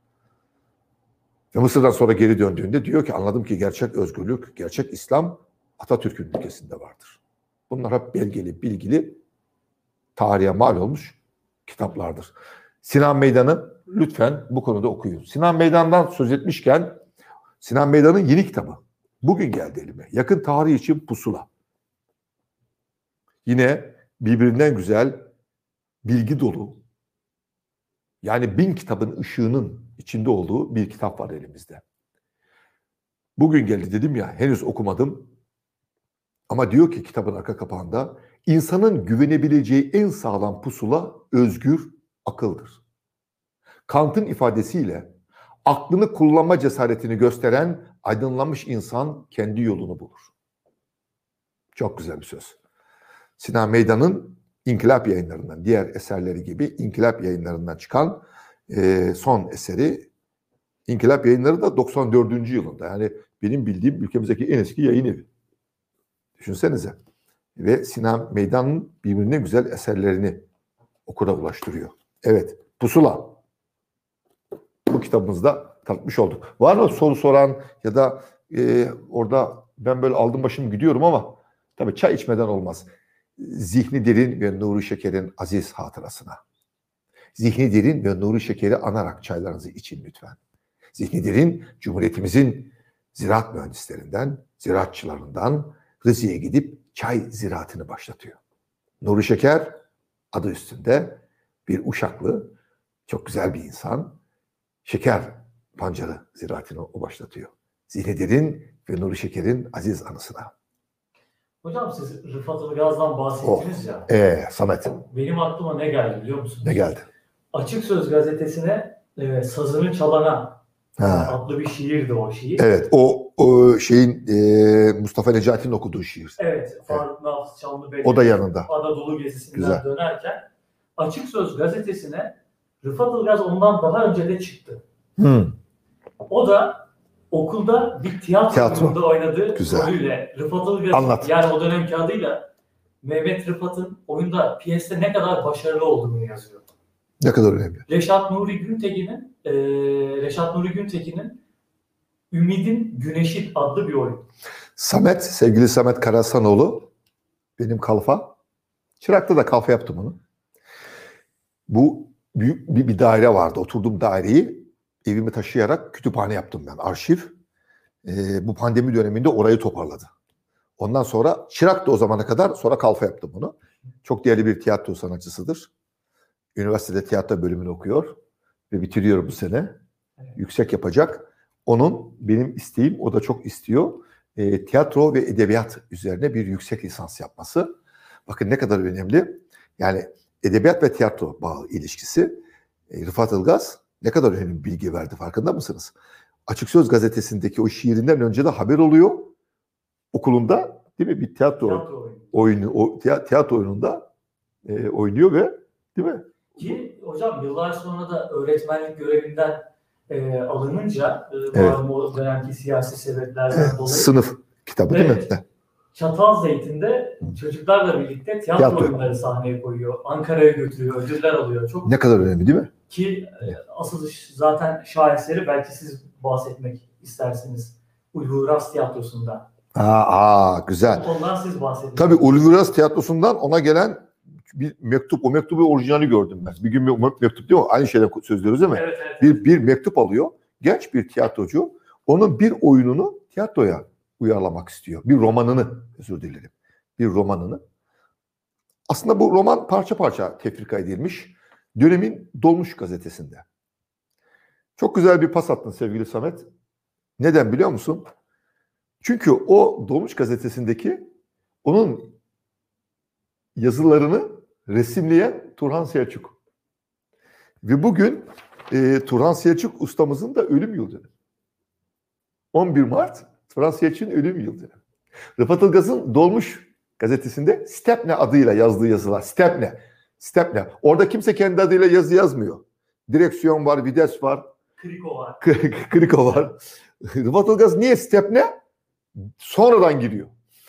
Ve Mısır'dan sonra geri döndüğünde diyor ki anladım ki gerçek özgürlük, gerçek İslam Atatürk'ün ülkesinde vardır. Bunlar hep belgeli, bilgili, tarihe mal olmuş kitaplardır. Sinan Meydan'ı lütfen bu konuda okuyun. Sinan Meydan'dan söz etmişken Sinan Meydan'ın yeni kitabı bugün geldi elime. Yakın tarih için pusula. Yine birbirinden güzel, bilgi dolu, yani bin kitabın ışığının içinde olduğu bir kitap var elimizde. Bugün geldi dedim ya, henüz okumadım. Ama diyor ki kitabın arka kapağında, insanın güvenebileceği en sağlam pusula özgür akıldır. Kant'ın ifadesiyle aklını kullanma cesaretini gösteren aydınlanmış insan kendi yolunu bulur. Çok güzel bir söz. Sinan Meydan'ın İnkılap Yayınlarından, diğer eserleri gibi İnkılap Yayınlarından çıkan e, son eseri. İnkılap Yayınları da doksan dördüncü yılında. Yani benim bildiğim ülkemizdeki en eski yayın evi. Düşünsenize. Ve Sinan Meydan'ın birbirine güzel eserlerini okura ulaştırıyor. Evet, Pusula. Bu kitabımızda tanıtmış olduk. Var mı soru soran ya da e, orada ben böyle aldım başım gidiyorum ama tabii çay içmeden olmaz. Zihni Derin ve Nuri Şeker'in aziz hatırasına. Zihni Derin ve Nuri Şeker'i anarak çaylarınızı için lütfen. Zihni Derin, Cumhuriyetimizin ziraat mühendislerinden, ziraatçılarından Rize'ye gidip çay ziraatını başlatıyor. Nuri Şeker adı üstünde bir Uşaklı, çok güzel bir insan. Şeker pancarı ziraatını o başlatıyor. Zihni Derin ve Nuri Şeker'in aziz anısına. Hocam siz Rıfat Ilgaz'dan bahsettiniz ya. Ee, Samet, Benim aklıma ne geldi biliyor musunuz? ne geldi? Açık Söz gazetesine e, Sazını Çalana Ha. adlı bir şiirdi o şiir. Evet, o, o şeyin e, Mustafa Necati'nin okuduğu şiir. Evet, Faruk Nafiz Çamlıbeli. O da yanında. Anadolu gezisinden Güzel. dönerken Açık Söz gazetesine Rıfat Ilgaz ondan daha önce de çıktı. Hmm. O da okulda bir tiyatro, Tiyatro. oyununda oynadığı Güzel. rolüyle Rıfat Ilgaz, Anlat. yani o dönemki adıyla Mehmet Rıfat'ın oyunda, piyeste ne kadar başarılı olduğunu yazıyor. Ne kadar önemli. Reşat Nuri Güntekin'in e, Reşat Nuri Güntekin'in Ümidin Güneşi adlı bir oyun. Samet, sevgili Samet Karahasanoğlu, benim kalfa. Çırak'ta da kalfa yaptım onu. Bu büyük bir, bir daire vardı. Oturduğum daireyi evime taşıyarak kütüphane yaptım ben. Arşiv. Ee, bu pandemi döneminde orayı toparladı. Ondan sonra Çırak da o zamana kadar, sonra kalfa yaptım bunu. Çok değerli bir tiyatro sanatçısıdır. Üniversitede tiyatro bölümünü okuyor ve bitiriyor bu sene. Yüksek yapacak. Onun, benim isteğim, o da çok istiyor. E, tiyatro ve edebiyat üzerine bir yüksek lisans yapması. Bakın ne kadar önemli. Yani edebiyat ve tiyatro bağı ilişkisi. E, Rıfat Ilgaz ne kadar önemli bir bilgi verdi, farkında mısınız? Açık Söz gazetesindeki o şiirinden önce de haber oluyor. Okulunda, değil mi? Bir tiyatro, Tiyatro oyunu. oyunu, o, tiyatro oyununda e, oynuyor ve, değil mi? Ki hocam yıllar sonra da öğretmenlik görevinden e, alınınca e, Evet. malum o dönemki siyasi sebeplerden Evet, dolayı sınıf kitabı değil Evet. mi? Çatalzeytin'de çocuklarla birlikte tiyatro, Tiyatro. oyunları sahneye koyuyor. Ankara'ya götürüyor, ödüller alıyor. Çok Ne kadar önemli değil mi? ki e, asıl iş- zaten şaheseri, belki siz bahsetmek istersiniz. Ulvuras Tiyatrosu'nda. Aa, aa güzel. Ondan siz bahsedin. Tabii Ulvuras Tiyatrosu'ndan ona gelen bir mektup, o mektubu orijinali gördüm ben. Bir gün bir mektup değil mi? Aynı şeyden sözlüyoruz değil mi? Evet, evet. Bir, bir mektup alıyor. Genç bir tiyatrocu onun bir oyununu tiyatroya uyarlamak istiyor. Bir romanını, özür dilerim. Bir romanını. Aslında bu roman parça parça tefrika edilmiş. Dönemin Dolmuş gazetesinde. Çok güzel bir pas attın sevgili Samet. Neden biliyor musun? Çünkü o Dolmuş gazetesindeki onun yazılarını resimleyen Turhan Selçuk. Ve bugün e, Turhan Selçuk ustamızın da ölüm yıl dönümü. on bir Mart Turhan Selçuk'un ölüm yıl dönümü. Rıfat Ilgaz'ın Dolmuş gazetesinde Stepne adıyla yazdığı yazılar. Stepne. Stepne. Orada kimse kendi adıyla yazı yazmıyor. Direksiyon var, vites var, Kriko var. kriko var. Rıfat Ilgaz niye Stepne? Sonradan giriyor.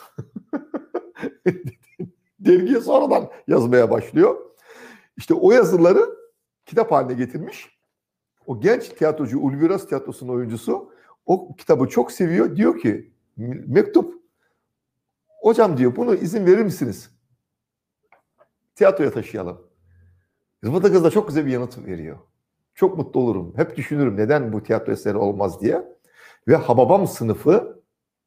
Dergiye sonradan yazmaya başlıyor. İşte o yazıları kitap haline getirmiş. O genç tiyatrocu, Ulvuras Tiyatrosu'nun oyuncusu o kitabı çok seviyor. Diyor ki, mektup, hocam diyor, bunu izin verir misiniz? Tiyatroya taşıyalım. Rıfat Ilgaz da çok güzel bir yanıt veriyor. Çok mutlu olurum. Hep düşünürüm neden bu tiyatro eseri olmaz diye. Ve Hababam sınıfı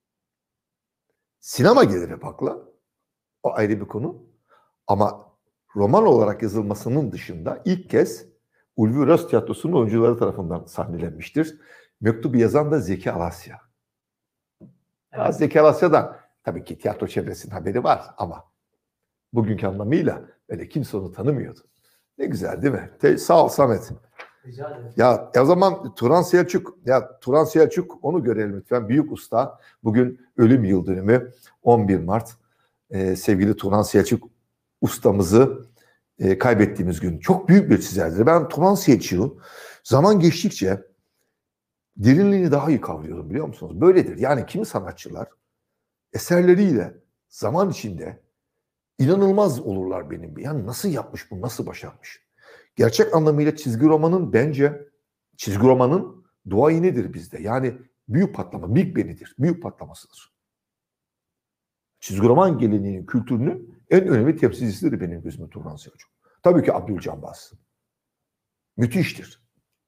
sinema gelir hep akla. O ayrı bir konu. Ama roman olarak yazılmasının dışında ilk kez Ulvuras Tiyatrosu'nun oyuncuları tarafından sahnelenmiştir. Mektubu yazan da Zeki Alasya. Ya Zeki Alasya'dan tabii ki tiyatro çevresinin haberi var ama bugünkü anlamıyla öyle kimse onu tanımıyordu. Ne güzel değil mi? Te- sağ ol Samet. Rica ederim. Ya o zaman Turan Selçuk, ya Turan Selçuk onu görelim lütfen. Büyük usta. Bugün ölüm yıl dönümü on bir Mart. Ee, sevgili Turan Selçuk ustamızı e, kaybettiğimiz gün. Çok büyük bir çizerdir. Ben Turan Selçuk'u zaman geçtikçe derinliğini daha iyi kavruyorum, biliyor musunuz? Böyledir. Yani kimi sanatçılar eserleriyle zaman içinde inanılmaz olurlar benim. Yani nasıl yapmış bu, nasıl başarmış? Gerçek anlamıyla çizgi romanın bence çizgi romanın duayenidir bizde. Yani büyük patlama, Big Ben'idir. Büyük patlamasıdır. Çizgi roman geleneğinin, kültürünün en önemli temsilcisidir benim gözümde Turan Selçuk. Tabii ki Abdülcanbaz. Müthiştir.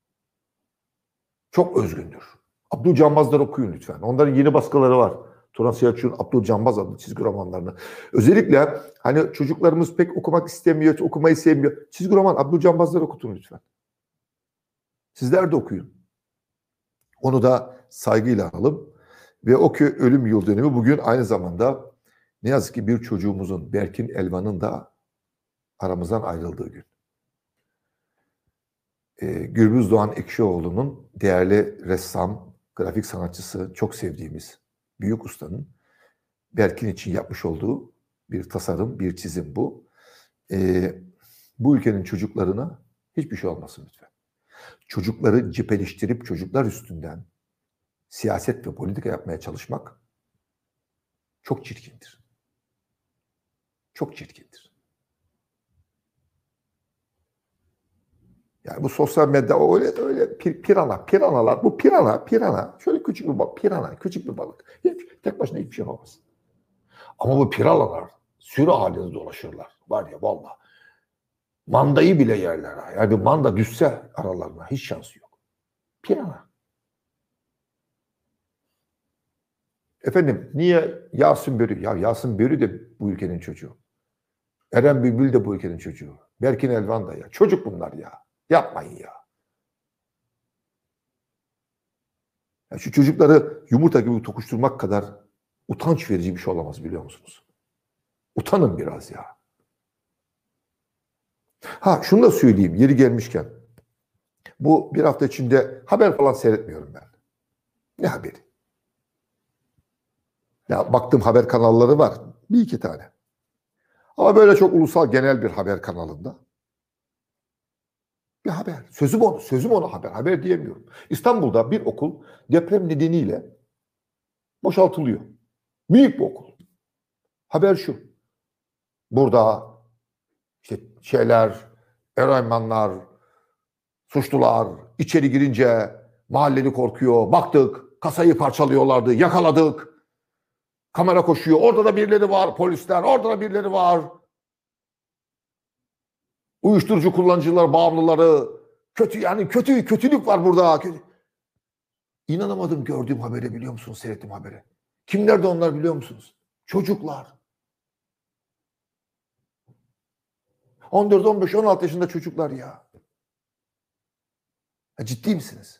Çok özgündür. Abdülcanbazları okuyun lütfen. Onların yeni baskıları var. Turan Selçuk'un Abdülcanbaz adlı çizgi romanlarını. Özellikle hani çocuklarımız pek okumak istemiyor, okumayı sevmiyor. Çizgi roman Abdülcanbazları okutun lütfen. Sizler de okuyun. Onu da saygıyla alalım. Ve o ki ölüm yıl dönümü bugün aynı zamanda ne yazık ki bir çocuğumuzun, Berkin Elvan'ın da aramızdan ayrıldığı gün. Ee, Gürbüz Doğan Ekşioğlu'nun değerli ressam, grafik sanatçısı, çok sevdiğimiz büyük ustanın Berkin için yapmış olduğu bir tasarım, bir çizim bu. Ee, bu ülkenin çocuklarına hiçbir şey olmasın lütfen. Çocukları cepheleştirip çocuklar üstünden siyaset ve politika yapmaya çalışmak çok çirkindir. Çok çirkindir. Yani bu sosyal medya öyle öyle pir, pirana, piranalar, bu pirana, pirana, şöyle küçük bir balık, pirana, küçük bir balık. Hiç, tek başına hiçbir şey yapamaz. Ama bu piranalar sürü halinde dolaşırlar. Var ya vallahi. Mandayı bile yerler. Ha. Yani bir manda düşse aralarına hiç şansı yok. Pirana. Efendim niye Yasin Börü? Ya Yasin Börü de bu ülkenin çocuğu. Eren Bülbül de bu ülkenin çocuğu. Berkin Elvan da ya. Çocuk bunlar ya. Yapmayın ya. Ya şu çocukları yumurta gibi tokuşturmak kadar utanç verici bir şey olamaz, biliyor musunuz? Utanın biraz ya. Ha şunu da söyleyeyim yeri gelmişken. Bu bir hafta içinde haber falan seyretmiyorum ben. Ne haberi? Ya baktığım haber kanalları var. Bir iki tane. Ama böyle çok ulusal genel bir haber kanalında bir haber. Sözüm onu, sözüm ona haber. Haber diyemiyorum. İstanbul'da bir okul deprem nedeniyle boşaltılıyor. Büyük bir okul. Haber şu. Burada işte şeyler, eroinmanlar, suçlular içeri girince mahalleli korkuyor. Baktık, kasayı parçalıyorlardı, yakaladık. Kamera koşuyor. Orada da birileri var, polisler. Orada da birileri var. Uyuşturucu kullanıcılar, bağımlıları. Kötü yani kötü, kötülük var burada. Kötü. İnanamadım gördüğüm habere, biliyor musunuz? Seyrettim haberi. Kimlerdi onlar, biliyor musunuz? Çocuklar. on dört, on beş, on altı yaşında çocuklar ya. ya. Ciddi misiniz?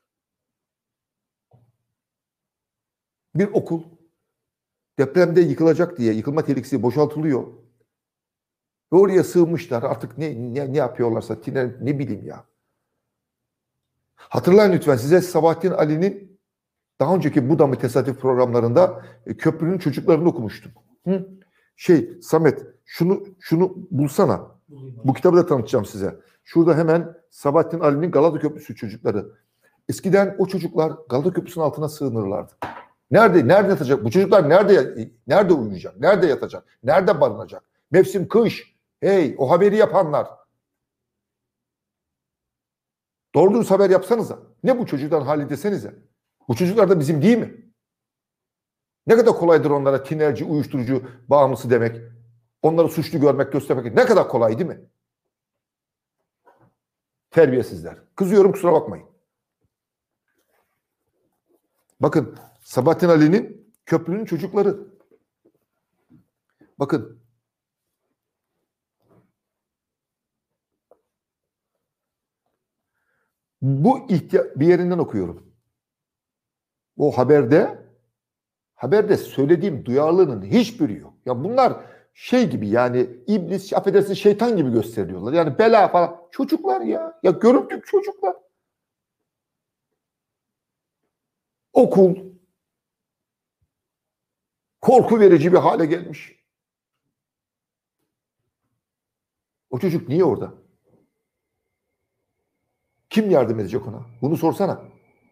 Bir okul depremde yıkılacak diye, yıkılma tehlikesi boşaltılıyor. Ve oraya sığınmışlar. Artık ne, ne, ne yapıyorlarsa tiner, ne bileyim ya. Hatırlayın lütfen, size Sabahattin Ali'nin daha önceki Bu da mı Tesadüf programlarında e, köprünün çocuklarını okumuştum. Hı? Şey Samet şunu şunu bulsana. Bu kitabı da tanıtacağım size. Şurada hemen Sabahattin Ali'nin Galata Köprüsü çocukları. Eskiden o çocuklar Galata Köprüsü'nün altına sığınırlardı. Nerede nerede yatacak? Bu çocuklar nerede nerede uyuyacak? Nerede yatacak? Nerede barınacak? Mevsim kış. Hey, o haberi yapanlar. Doğru dürüst haber yapsanıza. Ne bu çocukların hali desenize. Bu çocuklar da bizim değil mi? Ne kadar kolaydır onlara tinerci, uyuşturucu bağımlısı demek. Onları suçlu görmek, göstermek. Ne kadar kolay değil mi? Terbiyesizler. Kızıyorum, kusura bakmayın. Bakın Sabahattin Ali'nin köprünün çocukları. Bakın. Bu ihtiya- bir yerinden okuyorum. O haberde haberde söylediğim duyarlılığının hiçbiri yok. Ya bunlar şey gibi yani iblis, affedersin şeytan gibi gösteriyorlar. Yani bela falan. Çocuklar ya. Ya görüntük çocuklar. Okul korku verici bir hale gelmiş. O çocuk niye orada? Kim yardım edecek ona? Bunu sorsana.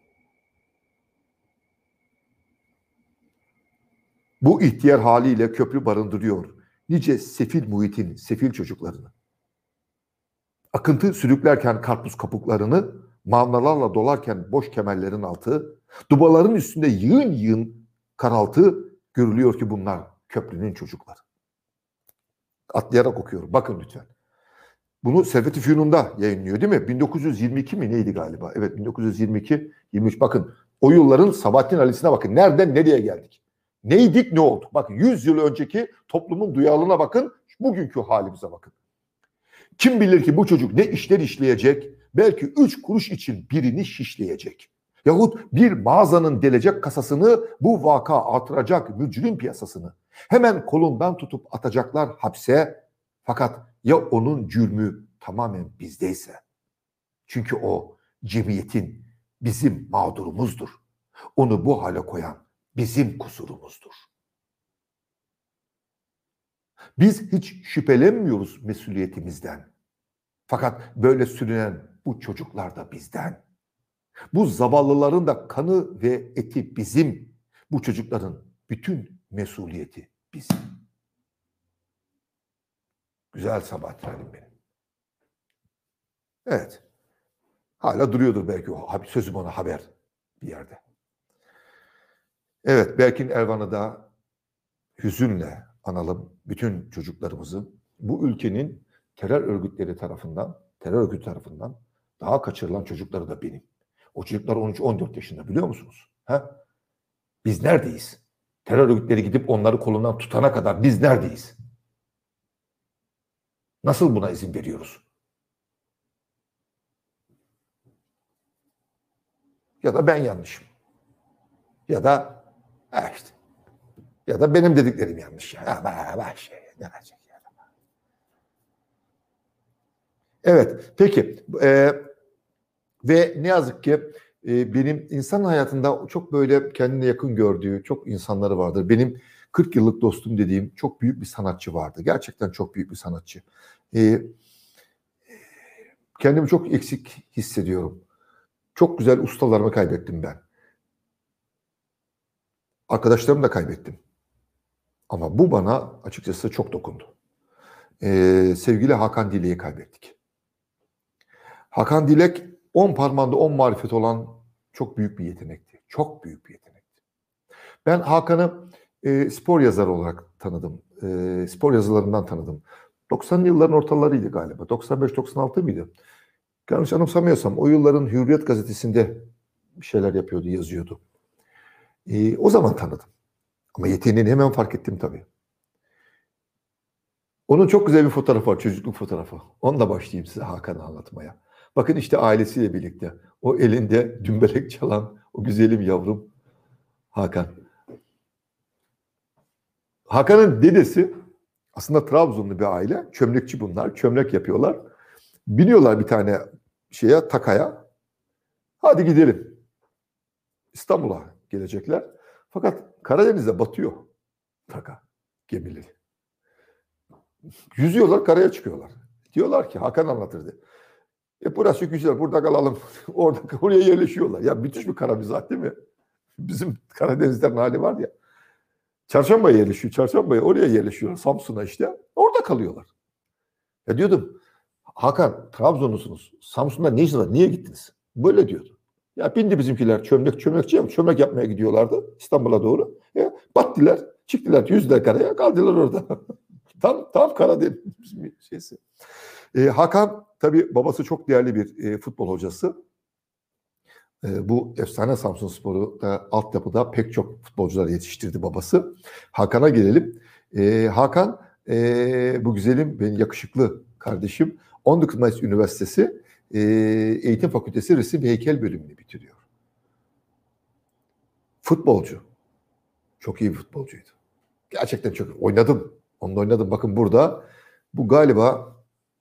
Bu ihtiyar haliyle köprü barındırıyor nice sefil muhitin sefil çocuklarını. Akıntı sürüklerken karpuz kabuklarını, mavnalarla dolarken boş kemerlerin altı, dubaların üstünde yığın yığın karaltı, görülüyor ki bunlar köprünün çocukları. Atlayarak okuyorum. Bakın lütfen. Bunu Servet-i Fünun'da yayınlıyor değil mi? bin dokuz yüz yirmi iki mi neydi galiba? Evet bin dokuz yüz yirmi iki yirmi üç. Bakın o yılların Sabahattin Ali'sine bakın. Nereden nereye geldik? Neydik ne olduk? Bakın yüz yıl önceki toplumun duyarlılığına bakın. Bugünkü halimize bakın. Kim bilir ki bu çocuk ne işler işleyecek? Belki üç kuruş için birini şişleyecek. Yahut bir mağazanın delecek kasasını bu vaka artıracak mücrim piyasasını. Hemen kolundan tutup atacaklar hapse. Fakat ya onun cürmü tamamen bizdeyse? Çünkü o cemiyetin bizim mağdurumuzdur. Onu bu hale koyan bizim kusurumuzdur. Biz hiç şüphelenmiyoruz mesuliyetimizden. Fakat böyle sürünen bu çocuklar da bizden. Bu zavallıların da kanı ve eti bizim. Bu çocukların bütün mesuliyeti bizim. Güzel Sabahattin Halim benim. Evet. Hala duruyordur belki o sözüm ona haber bir yerde. Evet, Berkin Elvan'ı da hüzünle analım bütün çocuklarımızı. Bu ülkenin terör örgütleri tarafından, terör örgütü tarafından daha kaçırılan çocukları da benim. O çocuklar on üç on dört yaşında biliyor musunuz? Ha? Biz neredeyiz? Terör örgütleri gidip onları kolundan tutana kadar biz neredeyiz? Nasıl buna izin veriyoruz? Ya da ben yanlışım. Ya da ha işte, ya da benim dediklerim yanlış. Ya, bah, bah, şey, ne olacak ya? Evet, peki. E, ve ne yazık ki e, benim insan hayatında çok böyle kendine yakın gördüğü çok insanları vardır. Benim kırk yıllık dostum dediğim çok büyük bir sanatçı vardı. Gerçekten çok büyük bir sanatçı. E, kendimi çok eksik hissediyorum. Çok güzel ustalarımı kaybettim ben. Arkadaşlarımı da kaybettim. Ama bu bana açıkçası çok dokundu. Ee, sevgili Hakan Dilek'i kaybettik. Hakan Dilek on parmağında on marifet olan çok büyük bir yetenekti. Çok büyük bir yetenekti. Ben Hakan'ı e, spor yazarı olarak tanıdım. E, spor yazılarından tanıdım. doksanlı yılların ortalarıydı galiba. doksan beş doksan altı mıydı? Yanlış anımsamıyorsam o yılların Hürriyet gazetesinde bir şeyler yapıyordu, yazıyordu. E, o zaman tanıdım. Ama yeteneğini hemen fark ettim tabii. Onun çok güzel bir fotoğrafı var, çocukluk fotoğrafı. Onunla başlayayım size Hakan'ı anlatmaya. Bakın işte ailesiyle birlikte. O elinde dümbelek çalan o güzelim yavrum Hakan. Hakan'ın dedesi aslında Trabzonlu bir aile. Çömlekçi bunlar. Çömlek yapıyorlar. Biniyorlar bir tane şeye, takaya. Hadi gidelim. İstanbul'a gelecekler. Fakat Karadeniz'de batıyor taka gemileri. Yüzüyorlar, karaya çıkıyorlar. Diyorlar ki Hakan anlatırdı. E burası güzel, burada kalalım. Orada oraya yerleşiyorlar. Ya müthiş bir kara mizah değil mi? Bizim Karadenizlerin hali var ya. Çarşamba'ya yerleşiyor. Çarşamba'ya oraya yerleşiyorlar. Samsun'a işte. Orada kalıyorlar. Ya diyordum Hakan Trabzonlusunuz. Samsun'da ne işiniz var? Niye gittiniz? Böyle diyordu. Ya bindi bizimkiler çömlek çömlekçi ama çömlek yapmaya gidiyorlardı İstanbul'a doğru. Ya, battılar, çıktılar, yüzdüler karaya, kaldılar orada. tam tam Karadeniz şeysi. E, Hakan tabii babası çok değerli bir e, futbol hocası. E, bu efsane Samsunspor'u da altyapıda pek çok futbolcular yetiştirdi babası. Hakan'a gelelim. E, Hakan e, bu güzelim benim yakışıklı kardeşim on dokuz Mayıs Üniversitesi e, Eğitim Fakültesi Resim ve Heykel bölümünü bitiriyor. Futbolcu. Çok iyi bir futbolcuydu. Gerçekten çok oynadım. Onunla oynadım. Bakın burada bu galiba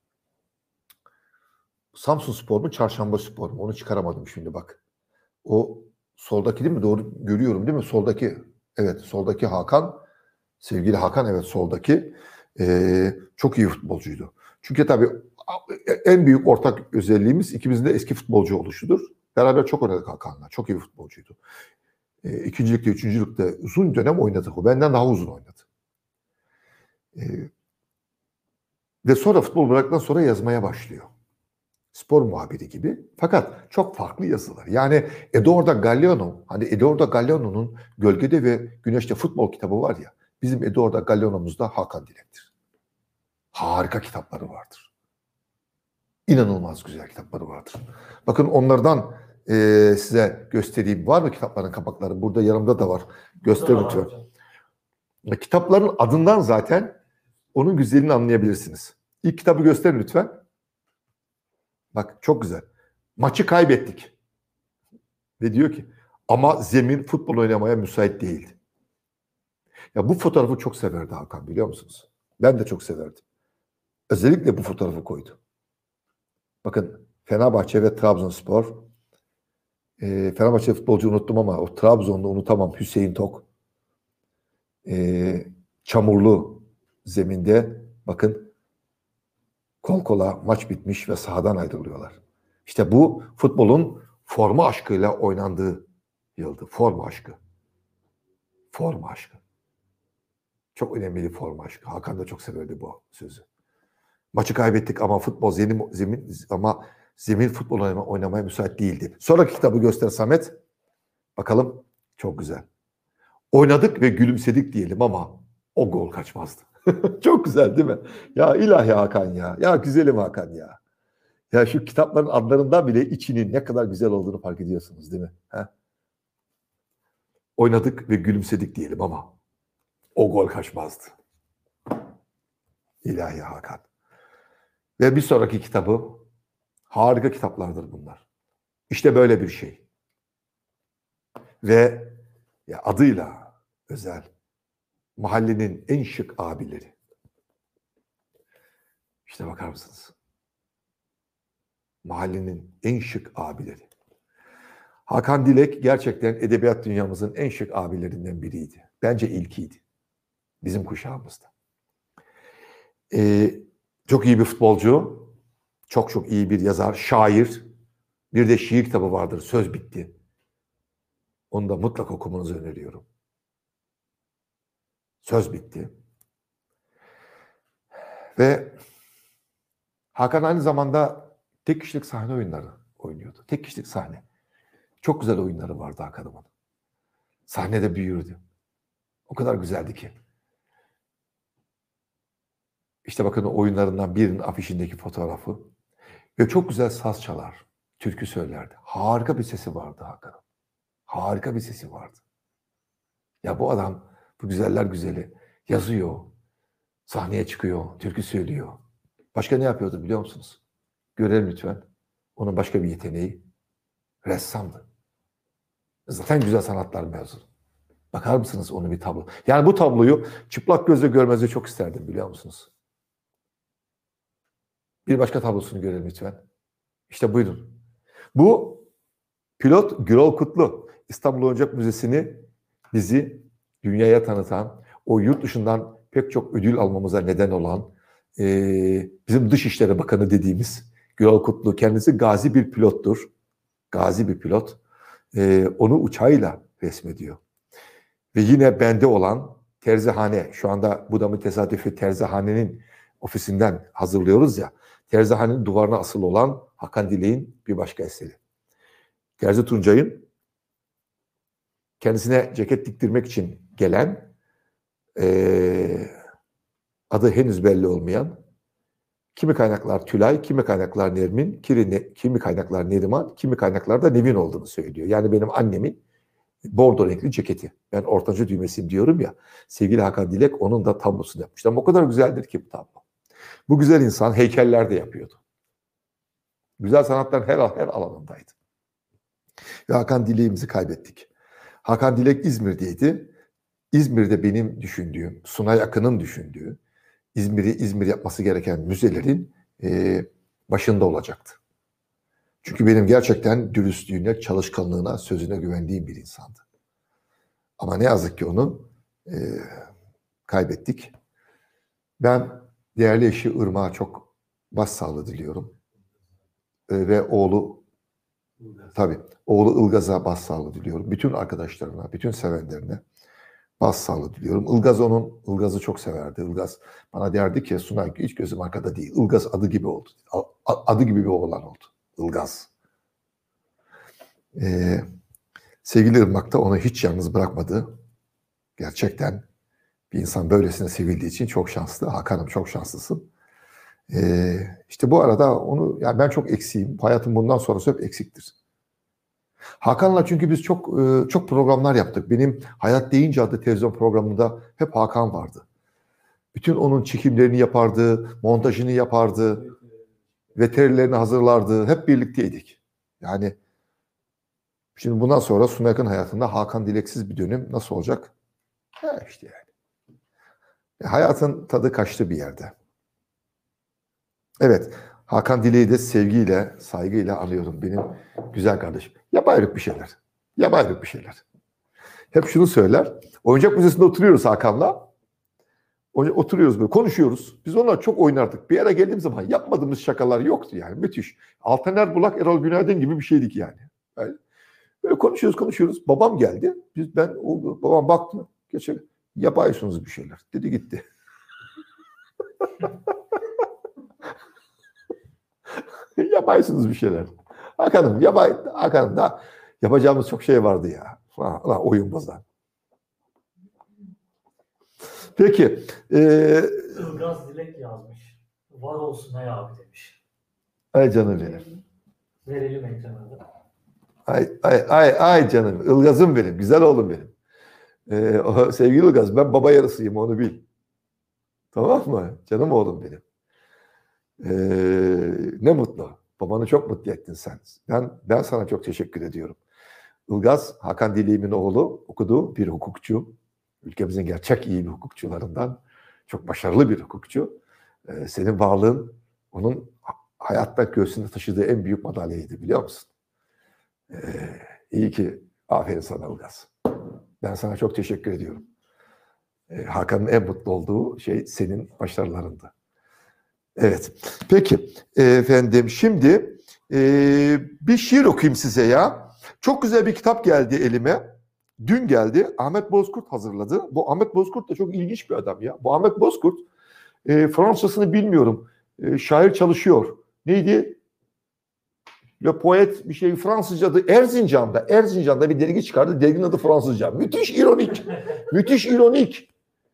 Samsunspor mu Çarşambaspor mu? Onu çıkaramadım şimdi bak. O soldaki değil mi? Doğru görüyorum değil mi? Soldaki. Evet, soldaki Hakan. Sevgili Hakan, evet, soldaki. Ee, çok iyi futbolcuydu. Çünkü tabii en büyük ortak özelliğimiz ikimizin de eski futbolcu oluşudur. Beraber çok oynadık Hakan'la. Çok iyi futbolcuydu. Ee, ikincilikte, üçüncülükte uzun dönem oynadık. O benden daha uzun oynadı. Ee, ve sonra futbol bıraktıktan sonra yazmaya başlıyor. Spor muhabiri gibi. Fakat çok farklı yazılar. Yani Eduardo Galeano, hani Eduardo Galeano'nun Gölgede ve Güneşte futbol kitabı var ya, bizim Eduardo Galeano'muzda Hakan Dilek'tir. Harika kitapları vardır. İnanılmaz güzel kitapları vardır. Bakın onlardan e, size göstereyim. Var mı kitapların kapakları? Burada yanımda da var. Göster Burada da var lütfen. hocam. Kitapların adından zaten onun güzelliğini anlayabilirsiniz. İlk kitabı göster lütfen. Bak çok güzel. Maçı kaybettik. Ve diyor ki ama zemin futbol oynamaya müsait değildi. Ya bu fotoğrafı çok severdi Hakan, biliyor musunuz? Ben de çok severdim. Özellikle bu fotoğrafı koydu. Bakın Fenerbahçe ve Trabzonspor. E, Fenerbahçe futbolcu unuttum ama o Trabzon'da unutamam. Hüseyin Tok. E, çamurlu zeminde bakın kol kola maç bitmiş ve sahadan ayrılıyorlar. İşte bu futbolun forma aşkıyla oynandığı yıldı. Forma aşkı. Forma aşkı. Çok önemli bir forma aşkı. Hakan da çok severdi bu sözü. Maçı kaybettik ama futbol zemin, zemin ama zemin futbol oynama, oynamaya müsait değildi. Sonraki kitabı göster Samet. Bakalım. Çok güzel. Oynadık ve gülümsedik diyelim ama o gol kaçmazdı. Çok güzel değil mi? Ya ilahi Hakan ya. Ya güzelim Hakan ya. Ya şu kitapların adlarından bile içinin ne kadar güzel olduğunu fark ediyorsunuz değil mi? Ha? Oynadık ve gülümsedik diyelim ama o gol kaçmazdı. İlahi Hakan. Ve bir sonraki kitabı, harika kitaplardır bunlar. İşte böyle bir şey. Ve ya adıyla özel, mahallenin en şık abileri. İşte bakar mısınız? Mahallenin en şık abileri. Hakan Dilek gerçekten edebiyat dünyamızın en şık abilerinden biriydi. Bence ilkiydi. Bizim kuşağımızda. Ee, çok iyi bir futbolcu. Çok çok iyi bir yazar, şair. Bir de şiir kitabı vardır. Söz Bitti. Onu da mutlaka okumanızı öneriyorum. Söz Bitti. Ve Hakan aynı zamanda tek kişilik sahne oyunları oynuyordu. Tek kişilik sahne. Çok güzel oyunları vardı Hakan'ın. Sahnede büyürdü. O kadar güzeldi ki. İşte bakın o oyunlarından birinin afişindeki fotoğrafı. Ve çok güzel saz çalar. Türkü söylerdi. Harika bir sesi vardı Hakan'ın. Harika bir sesi vardı. Ya bu adam, bu güzeller güzeli yazıyor. Sahneye çıkıyor. Türkü söylüyor. Başka ne yapıyordu biliyor musunuz? Görelim lütfen. Onun başka bir yeteneği. Ressamdı. Zaten güzel sanatlar mezunu. Bakar mısınız onun bir tablo? Yani bu tabloyu çıplak gözle görmenizi çok isterdim biliyor musunuz? Bir başka tablosunu görelim lütfen. İşte buyurun. Bu pilot Gürol Kutlu. İstanbul Oyuncak Müzesi'ni bizi dünyaya tanıtan, o yurt dışından pek çok ödül almamıza neden olan e, bizim Dışişleri Bakanı dediğimiz Gürol Kutlu. Kendisi gazi bir pilottur. Gazi bir pilot. E, onu uçağıyla resmediyor. Ve yine bende olan Terzihane, şu anda bu da mı tesadüfi Terzihane'nin ofisinden hazırlıyoruz ya. Terzihane'nin duvarına asılı olan Hakan Dilek'in bir başka eseri. Terzi Tuncay'ın kendisine ceket diktirmek için gelen, e, adı henüz belli olmayan, kimi kaynaklar Tülay, kimi kaynaklar Nermin, kimi, kimi kaynaklar Neriman, kimi kaynaklar da Nevin olduğunu söylüyor. Yani benim annemin bordo renkli ceketi. Ben ortanca düğmesiyim diyorum ya. Sevgili Hakan Dilek onun da tablosunu yapmıştı. Ama o kadar güzeldir ki bu tablo. Bu güzel insan heykeller de yapıyordu. Güzel sanatların her, her alanındaydı. Ve Hakan Dilek'imizi kaybettik. Hakan Dilek İzmir'deydi. İzmir'de benim düşündüğüm, Sunay Akın'ın düşündüğü, İzmir'i İzmir yapması gereken müzelerin e, başında olacaktı. Çünkü benim gerçekten dürüstlüğüne, çalışkanlığına, sözüne güvendiğim bir insandı. Ama ne yazık ki onu e, kaybettik. Ben değerli eşi Irmak'a çok başsağlığı diliyorum. E, ve oğlu, tabii oğlu Ilgaz'a başsağlığı diliyorum. Bütün arkadaşlarına, bütün sevenlerine başsağlığı diliyorum. Ilgaz onun, Ilgaz'ı çok severdi. Ilgaz bana derdi ki Sunay hiç gözüm arkada değil. Ilgaz adı gibi oldu. Adı gibi bir oğlan oldu. Ilgaz. Ee, sevgili Irmak da onu hiç yalnız bırakmadı. Gerçekten bir insan böylesine sevildiği için çok şanslı. Hakan'ım çok şanslısın. Ee, işte bu arada onu, yani ben çok eksiğim. Hayatım bundan sonrası hep eksiktir. Hakan'la çünkü biz çok çok programlar yaptık. Benim Hayat Deyince adlı televizyon programında hep Hakan vardı. Bütün onun çekimlerini yapardı, montajını yapardı, veterilerini hazırlardı. Hep birlikteydik. Yani şimdi bundan sonra Sunay'ın hayatında Hakan Dileksiz bir dönüm nasıl olacak? He işte yani. E, hayatın tadı kaçtı bir yerde. Evet, Hakan Dilek'i de sevgiyle, saygıyla anıyorum benim güzel kardeşim. Yap ayrık bir şeyler. Yap ayrık bir şeyler. Hep şunu söyler. Oyuncak müzesinde oturuyoruz Hakan'la. Oturuyoruz böyle konuşuyoruz. Biz onunla çok oynardık. Bir ara geldiğim zaman yapmadığımız şakalar yoktu yani. Müthiş. Altan Erbulak, Erol Günaydın gibi bir şeydik yani. yani böyle konuşuyoruz konuşuyoruz. Babam geldi. Biz ben o, babam baktı. Geçen yapıyorsunuz bir şeyler. Dedi gitti. Yapaysınız bir şeyler. Hakan'ım yapay, Hakan'ım da yapacağımız çok şey vardı ya. Ha, oyun bozan. Peki. E, Ilgaz Dilek yazmış. Var olsun hay abi demiş. Ay canım benim. Verelim ekrana da. Ay, ay, ay, ay canım. Ilgaz'ım benim. Güzel oğlum benim. E, o, sevgili Ilgaz, ben baba yarısıyım, onu bil. Tamam mı? Canım oğlum benim. E, ne mutlu. Babanı çok mutlu ettin sen. Ben, ben sana çok teşekkür ediyorum. Ilgaz, Hakan Dilek'in oğlu, okuduğu bir hukukçu. Ülkemizin gerçek iyi bir hukukçularından. Çok başarılı bir hukukçu. Ee, senin varlığın onun hayatta göğsünde taşıdığı en büyük madalyaydı, biliyor musun? Ee, iyi ki, aferin sana Ilgaz. Ben sana çok teşekkür ediyorum. Ee, Hakan'ın en mutlu olduğu şey senin başarılarındı. Evet. Peki efendim, şimdi e, bir şiir okuyayım size ya. Çok güzel bir kitap geldi elime. Dün geldi. Ahmet Bozkurt hazırladı. Bu Ahmet Bozkurt da çok ilginç bir adam ya. Bu Ahmet Bozkurt, e, Fransızcasını bilmiyorum. E, şair çalışıyor. Neydi? Le Poet bir şey, Fransızca adı Erzincan'da. Erzincan'da bir dergi çıkardı. Derginin adı Fransızca. Müthiş ironik. Müthiş ironik.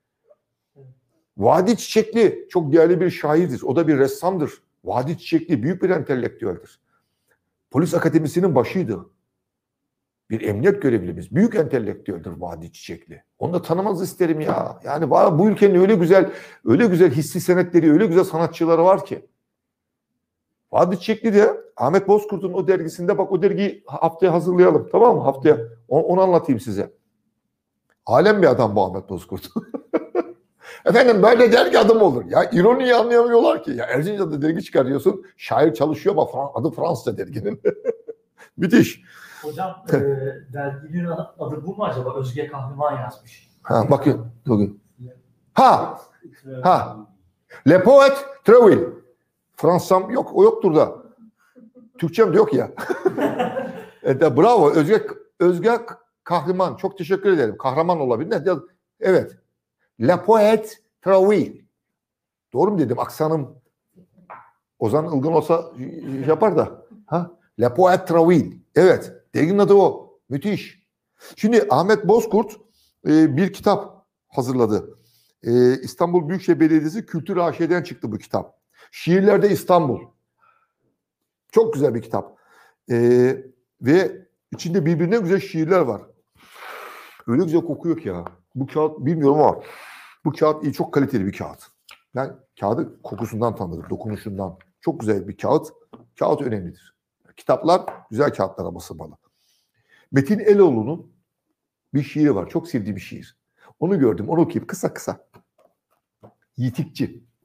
Vadi Çiçekli çok değerli bir şairdir. O da bir ressamdır. Vadi Çiçekli büyük bir entelektüeldir. Polis akademisinin başıydı. Bir emniyet görevlimiz. Büyük entelektüeldir Vadi Çiçekli. Onu da tanımanızı isterim ya. Yani bu ülkenin öyle güzel, öyle güzel hissi senetleri, öyle güzel sanatçıları var ki. Vadi Çiçekli de Ahmet Bozkurt'un o dergisinde, bak o dergiyi haftaya hazırlayalım. Tamam mı? Haftaya. Onu anlatayım size. Alem bir adam bu Ahmet Bozkurt. Efendim böyle dergi adı mı olur? Ya ironiyi anlayamıyorlar ki. Ya Erzincan'da dergi çıkarıyorsun. Şair çalışıyor ama adı Fransızca derginin. Müthiş. Hocam e, derginin adı bu mu acaba? Özge Kahraman yazmış. Ha bakın. Bugün. Ha. Ha. Le Poet Treville. Fransızcam yok. O yoktur da. Türkçem de yok ya. e de, bravo. Özge, Özge Kahraman. Çok teşekkür ederim. Kahraman olabilir. Ne? Evet. Le Poet Treville. Doğru mu dedim? Aksanım Ozan Ilgın olsa yapar da. Ha? Le Poet Treville. Evet. Derginin adı o. Müthiş. Şimdi Ahmet Bozkurt e, bir kitap hazırladı. E, İstanbul Büyükşehir Belediyesi Kültür A Ş'den çıktı bu kitap. Şiirlerde İstanbul. Çok güzel bir kitap. E, ve içinde birbirine güzel şiirler var. Öyle güzel kokuyor ki ya. Bu kağıt bilmiyorum ama bu kağıt iyi, çok kaliteli bir kağıt. Ben kağıdı kokusundan tanırım, dokunuşundan. Çok güzel bir kağıt. Kağıt önemlidir. Kitaplar güzel kağıtlara basılmalı. Metin Eloğlu'nun bir şiiri var. Çok sevdiğim bir şiir. Onu gördüm, onu okuyayım kısa kısa. Yitikçi.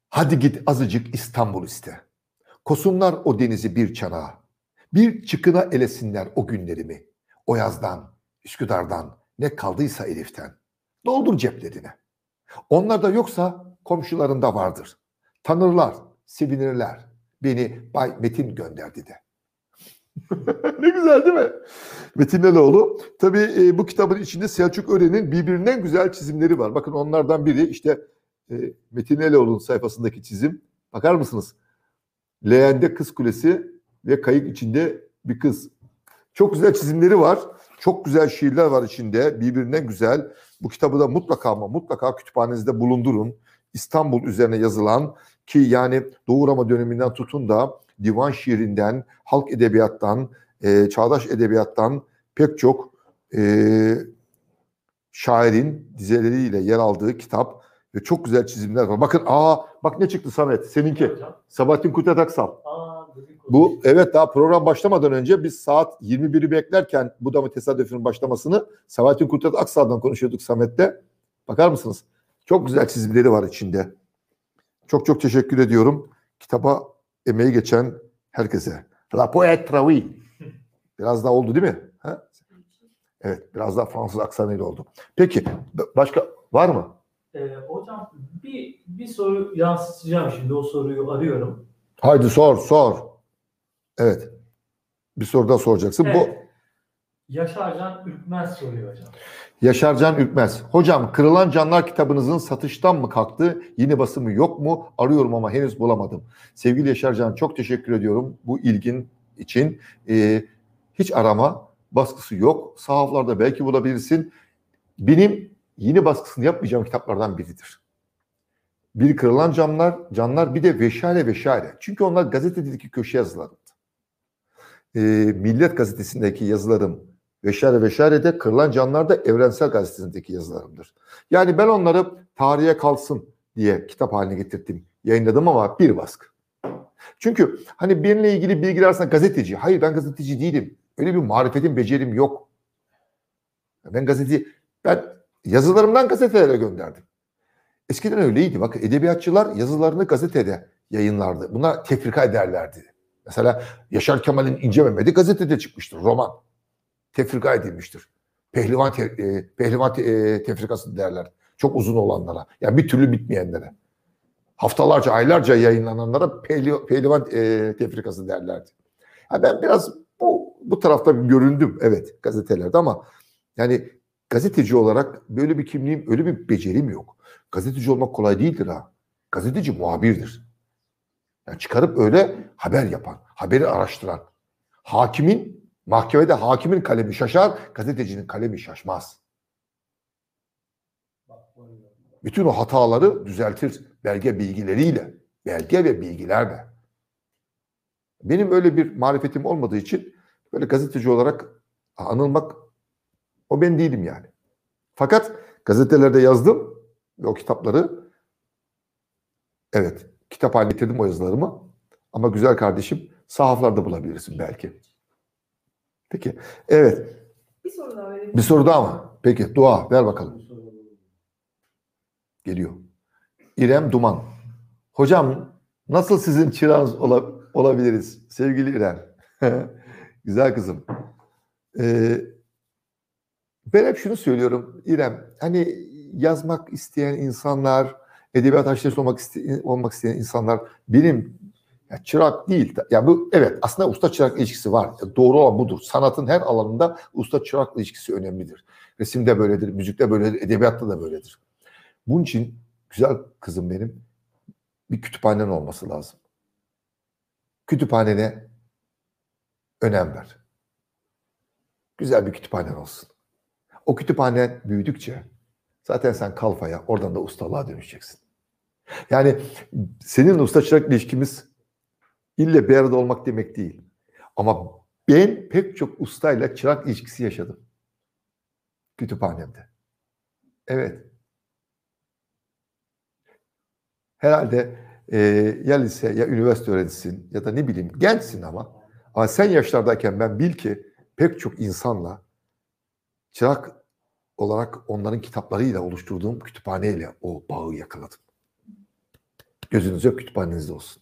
Hadi git azıcık İstanbul iste. Kosunlar o denizi bir çanağa. Bir çıkına elesinler o günlerimi. O yazdan, Üsküdar'dan, ne kaldıysa Elif'ten. Doldur ceplerine. Onlarda yoksa komşularında vardır. Tanırlar, sevinirler. Beni Bay Metin gönderdi de. Ne güzel değil mi? Metin Eloğlu. Tabii e, bu kitabın içinde Selçuk Ören'in birbirinden güzel çizimleri var. Bakın onlardan biri işte e, Metin Eloğlu'nun sayfasındaki çizim. Bakar mısınız? Leğende kız kulesi ve kayık içinde bir kız. Çok güzel çizimleri var. Çok güzel şiirler var içinde. Birbirinden güzel. Bu kitabı da mutlaka ama mutlaka kütüphanenizde bulundurun. İstanbul üzerine yazılan ki yani Doğu Roma döneminden tutun da divan şiirinden, halk edebiyattan, e, çağdaş edebiyattan pek çok e, şairin dizeleriyle yer aldığı kitap ve çok güzel çizimler var. Bakın aa bak ne çıktı Samet seninki. Hocam. Sabahattin Kutlat Aksal. Aa, dedik o. Bu evet daha program başlamadan önce biz saat yirmi biri beklerken bu da mı tesadüfün başlamasını Sabahattin Kutlat Aksal'dan konuşuyorduk Samet'le. Bakar mısınız? Çok güzel çizimleri var içinde. Çok çok teşekkür ediyorum. Kitaba emeği geçen herkese. La Poetry. Biraz daha oldu değil mi? Ha? Evet biraz daha Fransız aksanıyla oldu. Peki başka var mı? Ee, hocam bir, bir soru yansıtacağım şimdi. O soruyu arıyorum. Haydi sor sor. Evet. Bir soru daha soracaksın. Bu Evet. Yaşar Can Ürkmez soruyor hocam. Yaşar Can Ürkmez. Hocam Kırılan Canlar kitabınızın satıştan mı kalktı? Yeni basımı yok mu? Arıyorum ama henüz bulamadım. Sevgili Yaşar Can çok teşekkür ediyorum bu ilgin için. Ee, hiç arama. Baskısı yok. Sahaflarda belki bulabilirsin. Benim yeni baskısını yapmayacağım kitaplardan biridir. Bir Kırılan Canlar, Canlar bir de Veşare Veşare. Çünkü onlar gazetedeki köşe yazılarımdı. Ee, Millet Gazetesi'ndeki yazılarım Veşare Veşare'de, Kırılan Canlar da Evrensel Gazetesi'ndeki yazılarımdır. Yani ben onları tarihe kalsın diye kitap haline getirdim, yayınladım ama bir baskı. Çünkü hani benimle ilgili bilgiler arasında gazeteci. Hayır ben gazeteci değilim. Öyle bir marifetim, becerim yok. Ben gazeteci, ben yazılarımdan gazetelere gönderdim. Eskiden öyleydi. Bakın edebiyatçılar yazılarını gazetede yayınlardı. Bunlar tefrika ederlerdi. Mesela Yaşar Kemal'in İnce Mehmet'i gazetede çıkmıştır, roman. Tefrika edilmiştir. Pehlivan, te, e, pehlivan te, e, tefrikası derler. Çok uzun olanlara. Yani bir türlü bitmeyenlere. Haftalarca, aylarca yayınlananlara pehli, pehlivan e, tefrikası derlerdi. Yani ben biraz bu, bu tarafta göründüm. Evet gazetelerde ama yani gazeteci olarak böyle bir kimliğim, öyle bir becerim yok. Gazeteci olmak kolay değildir ha. Gazeteci muhabirdir. Yani çıkarıp öyle haber yapan, haberi araştıran. Hakimin, mahkemede hakimin kalemi şaşar, gazetecinin kalemi şaşmaz. Bütün o hataları düzeltir belge bilgileriyle, belge ve bilgilerle. Benim öyle bir marifetim olmadığı için böyle gazeteci olarak anılmak o ben değilim yani. Fakat gazetelerde yazdım ve o kitapları evet kitap haline getirdim o yazılarımı ama güzel kardeşim sahaflarda bulabilirsin belki. Peki evet Bir soru daha verelim. bir soru daha mı? Peki dua ver bakalım. Geliyor. İrem Duman. Hocam nasıl sizin çırağınız ola, olabiliriz sevgili İrem? Güzel kızım. Ee, ben hep şunu söylüyorum İrem. Hani yazmak isteyen insanlar, edebiyat aşçısı olmak, iste, olmak isteyen insanlar benim ya çırak değil. Ya bu evet aslında usta çırak ilişkisi var. Doğru olan budur. Sanatın her alanında usta çırak ilişkisi önemlidir. Resimde böyledir, müzikte böyledir, edebiyatta da böyledir. Bunun için güzel kızım benim bir kütüphanen olması lazım. Kütüphanene önem ver. Güzel bir kütüphanen olsun. O kütüphane büyüdükçe zaten sen kalfaya, oradan da ustalığa dönüşeceksin. Yani senin usta çırak ilişkimiz ille bir arada olmak demek değil. Ama ben pek çok ustayla çırak ilişkisi yaşadım. Kütüphanemde. Evet. Herhalde e, ya lise ya üniversite öğrencisin ya da ne bileyim gençsin ama ama sen yaşlardayken ben bil ki pek çok insanla çırak olarak onların kitaplarıyla oluşturduğum kütüphaneyle o bağı yakaladım. Gözünüz yok, kütüphanenizde olsun.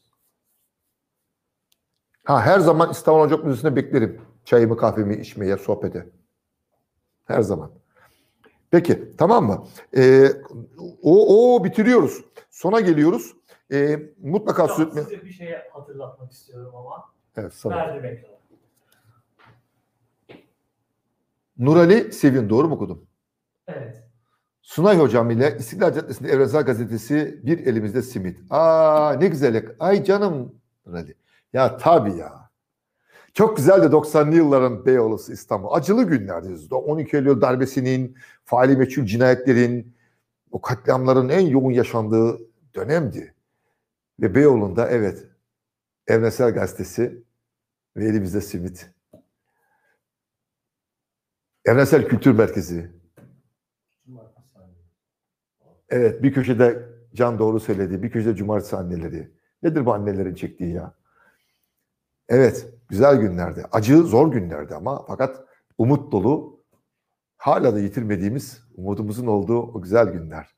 Ha, her zaman İstanbul Ocak Müzesi'nde beklerim. Çayımı, kahvemi içmeye, sohbete. Her zaman. Peki, tamam mı? Ee, o, o bitiriyoruz. Sona geliyoruz. Ee, mutlaka Hocam, sürekli... size bir şey hatırlatmak istiyorum ama. Evet, sana. Verdim ekranı. Nurali Sevin, doğru mu okudum? Evet. Sunay Hocam ile İstiklal Caddesi'nde Evrensel Gazetesi, bir elimizde simit. Aa, ne güzel. Ay canım Nurali. Ya tabii ya. Çok güzeldi doksanlı yılların Beyoğlu'su İstanbul. Acılı günlerdi. on iki Eylül darbesinin, faili meçhul cinayetlerin, o katliamların en yoğun yaşandığı dönemdi. Ve Beyoğlu'nda evet, Evrensel Gazetesi ve elimizde simit. Evrensel Kültür Merkezi. Evet, bir köşede Can doğru söyledi. Bir köşede cumartesi anneleri. Nedir bu annelerin çektiği ya? Evet, güzel günlerdi. Acı, zor günlerdi ama fakat umut dolu, hala da yitirmediğimiz, umudumuzun olduğu o güzel günler.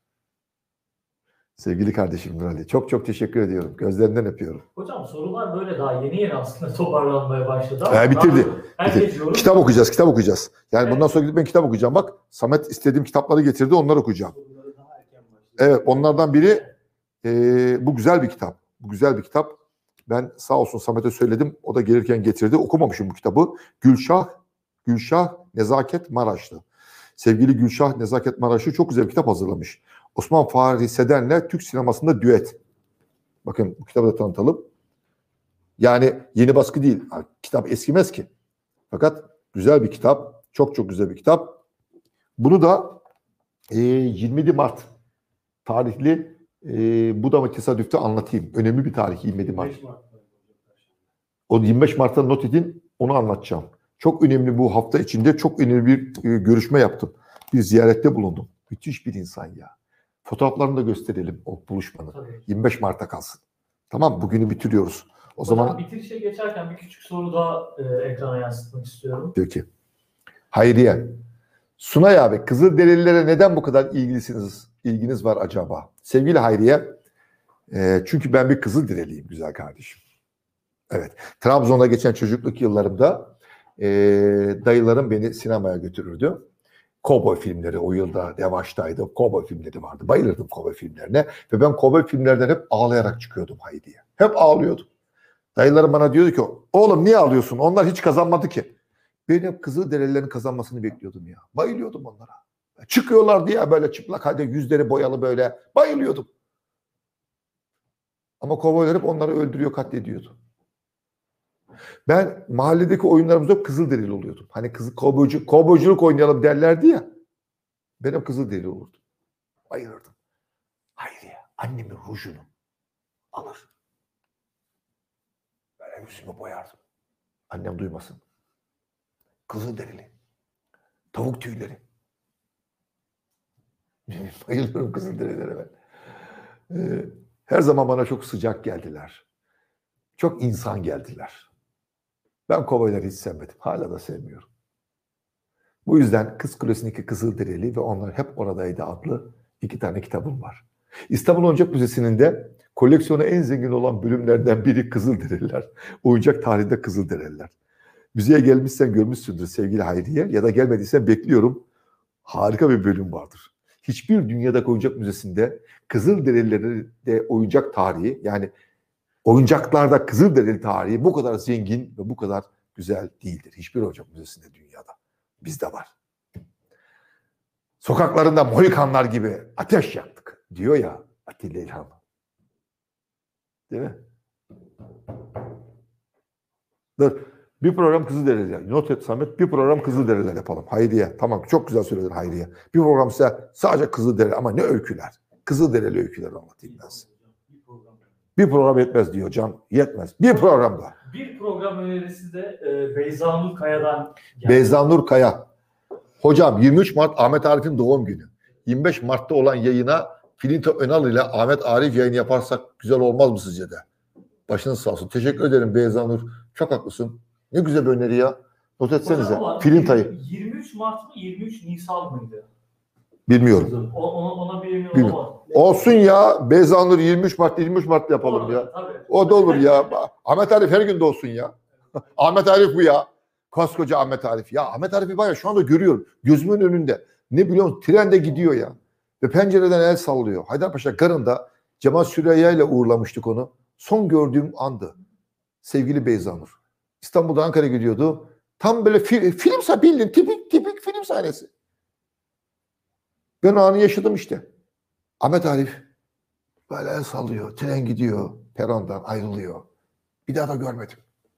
Sevgili kardeşim Nurali, çok çok teşekkür ediyorum. Gözlerinden öpüyorum. Hocam sorular böyle daha yeni yeni aslında toparlanmaya başladı. Ama Ee, bitirdi. herkes bitirdi. yorum- Kitap okuyacağız, kitap okuyacağız. Yani Evet. bundan sonra gidip ben kitap okuyacağım. Bak, Samet istediğim kitapları getirdi, onları okuyacağım. Soruları daha erken başladı. Evet, onlardan biri e, bu güzel bir kitap. Bu güzel bir kitap. Ben sağ olsun Samet'e söyledim. O da gelirken getirdi. Okumamışım bu kitabı. Gülşah, Gülşah Nezaket Maraşlı. Sevgili Gülşah Nezaket Maraşlı çok güzel bir kitap hazırlamış. Osman Fahri Seden'le Türk sinemasında düet. Bakın bu kitabı da tanıtalım. Yani yeni baskı değil. Kitap eskimez ki. Fakat güzel bir kitap. Çok çok güzel bir kitap. Bunu da e, yirmi yedi Mart tarihli e, bu da mı tesadüfte anlatayım. Önemli bir tarih yirmi yedi Mart. beş Mart'ta olacak. O yirmi beş Mart'ta not edin, onu anlatacağım. Çok önemli, bu hafta içinde çok önemli bir e, görüşme yaptım. Bir ziyarette bulundum. Müthiş bir insan ya. Fotoğraflarını da gösterelim o buluşmanın. Tabii. yirmi beş Mart'a kalsın. Tamam, bugünü bitiriyoruz. O Hocam, zaman bitirişe geçerken bir küçük soru daha e, ekrana yansıtmak istiyorum. diyor ki Hayriye, Sunay abi, Kızılderililere neden bu kadar ilgilisiniz, ilginiz var acaba? Sevgili Hayriye, e, çünkü ben bir Kızılderiliyim güzel kardeşim. Evet, Trabzon'da geçen çocukluk yıllarımda e, dayılarım beni sinemaya götürürdü. Kovboy filmleri o yılda revaçtaydı. Kovboy filmleri vardı. Bayılırdım kovboy filmlerine. Ve ben kovboy filmlerden hep ağlayarak çıkıyordum Haydi'ye. Hep ağlıyordum. Dayılarım bana diyordu ki oğlum niye ağlıyorsun? Onlar hiç kazanmadı ki. Ben hep Kızılderililerin kazanmasını bekliyordum ya. Bayılıyordum onlara. Çıkıyorlardı ya böyle çıplak halde, yüzleri boyalı böyle. Bayılıyordum. Ama kovboylar hep onları öldürüyor, katlediyordu. Ben mahalledeki oyunlarımızda hep Kızılderili oluyordum. Hani kızı kovboycu, kovboyculuk oynayalım derlerdi ya. Ben hep Kızılderili olurdum. Bayılırdım. Hayriye, annemin rujunu alır. Böyle yüzümü boyardım. Annem duymasın. Kızılderili. Tavuk tüyleri. Bayılıyorum Kızılderililere ben. Ee, her zaman bana çok sıcak geldiler. Çok insan geldiler. Ben kovboyları hiç sevmedim. Hala da sevmiyorum. Bu yüzden Kız Kulesi'ndeki Kızılderili ve Onlar Hep Oradaydı adlı iki tane kitabım var. İstanbul Oyuncak Müzesi'nin de koleksiyonu en zengin olan bölümlerden biri Kızılderililer. Oyuncak tarihinde Kızılderililer. Müzeye gelmişsen görmüşsündür sevgili Hayriye, ya da gelmediysen bekliyorum. Harika bir bölüm vardır. Hiçbir dünyadaki oyuncak müzesinde Kızılderililerin oyuncak tarihi, yani oyuncaklarda Kızılderili tarihi bu kadar zengin ve bu kadar güzel değildir. Hiçbir oyuncak müzesinde dünyada. Bizde var. Sokaklarında Mohikanlar gibi ateş yaktık diyor ya Atilla İlhan. Değil mi? Dur. Bir program Kızılderililer. Not et Samet. Bir program Kızılderililer yapalım. Hayriye. Tamam. Çok güzel söyledin Hayriye. Bir program ise sadece Kızılderili ama ne öyküler. Kızılderili öyküleri anlatayım ben size. Bir program. Bir program yetmez diyor Can. Yetmez. Bir program da. Bir program önerisi de e, Beyza Nur Kaya'dan geldi. Beyza Nur Kaya. Hocam yirmi üç Mart Ahmet Arif'in doğum günü. yirmi beş Mart'ta olan yayına Filinto Önal ile Ahmet Arif yayın yaparsak güzel olmaz mı sizce de? Başınız sağ olsun. Teşekkür ederim Beyza Nur. Çok haklısın. Ne güzel bir öneri ya. Not etsenize. Hocam ama Filinta'yı. yirmi üç Mart mı yirmi üç Nisan mıydı? Bilmiyorum. O- Ona, ona bir emin Bilmiyorum. olamadım. Olsun ya. Beyzanur yirmi üç Mart yirmi üç Mart yapalım Doğru, ya. tabii. O da olur ya. Ahmet Arif her gün de olsun ya. Ahmet Arif bu ya. Koskoca Ahmet Arif. Ya Ahmet Arif'i var ya şu anda görüyorum. Gözümün önünde. Ne biliyor musun? Trende gidiyor ya. Ve pencereden el sallıyor. Haydarpaşa Garı'nda Cemal Süreyya ile uğurlamıştık onu. Son gördüğüm andı. Sevgili Beyzanur. İstanbul'da Ankara'ya gidiyordu. Tam böyle fi film sahne, bildin tipik tipik film sahnesi. Ben o anı yaşadım işte. Ahmet Arif böyle el sallıyor. Tren gidiyor. Perondan ayrılıyor. Bir daha da görmedim.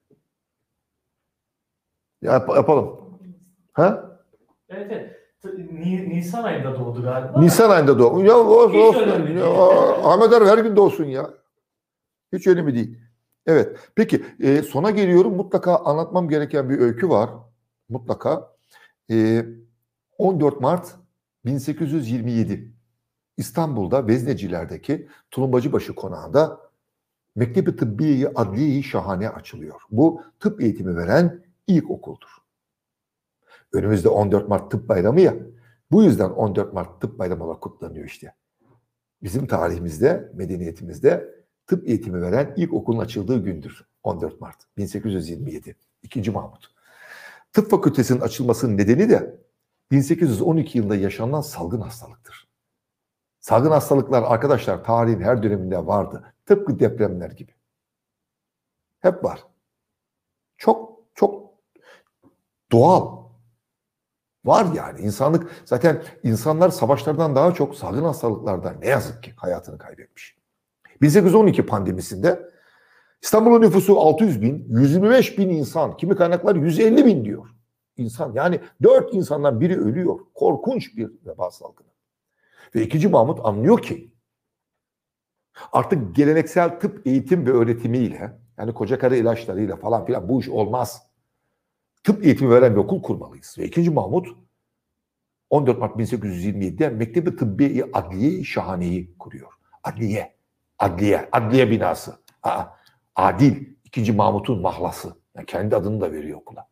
Ya yap- yapalım. Ha? Evet, evet. T- Ni- Nisan ayında doğdu galiba. Nisan ayında doğum. Ya o, Hiç olsun. önemli Ya, değil. Ahmet Arif her gün doğsun ya. Hiç önemli değil. Evet. Peki e, sona geliyorum. Mutlaka anlatmam gereken bir öykü var. Mutlaka. E, on dört Mart bin sekiz yüz yirmi yedi İstanbul'da Vezneciler'deki Tulumbacıbaşı konağında Mektebi Tıbbiye-i Adliye-i Şahane açılıyor. Bu tıp eğitimi veren ilk okuldur. Önümüzde on dört Mart Tıp Bayramı ya. Bu yüzden on dört Mart Tıp Bayramı olarak kutlanıyor işte. Bizim tarihimizde, medeniyetimizde tıp eğitimi veren ilk okulun açıldığı gündür. on dört Mart bin sekiz yüz yirmi yedi. İkinci Mahmut. Tıp fakültesinin açılmasının nedeni de bin sekiz yüz on iki yılında yaşanan salgın hastalıktır. Salgın hastalıklar arkadaşlar tarihin her döneminde vardı. Tıpkı depremler gibi. Hep var. Çok çok doğal. Var yani. İnsanlık zaten insanlar savaşlardan daha çok salgın hastalıklardan ne yazık ki hayatını kaybetmiş. bin sekiz yüz on iki pandemisinde İstanbul'un nüfusu altı yüz bin, yüz yirmi beş bin insan, kimi kaynaklar yüz elli bin diyor. İnsan yani dört insandan biri ölüyor. Korkunç bir veba salgını. Ve ikinci Mahmut anlıyor ki artık geleneksel tıp eğitim ve öğretimiyle yani kocakarı ilaçlarıyla falan filan bu iş olmaz. Tıp eğitimi veren bir okul kurmalıyız. Ve ikinci Mahmut on dört Mart bin sekiz yüz yirmi yedi'de Mektebi Tıbbiye-i Adliye-i Şahane'yi kuruyor. Adliye, adliye, adliye binası. Aa, adil, ikinci Mahmut'un mahlası. Yani kendi adını da veriyor okula.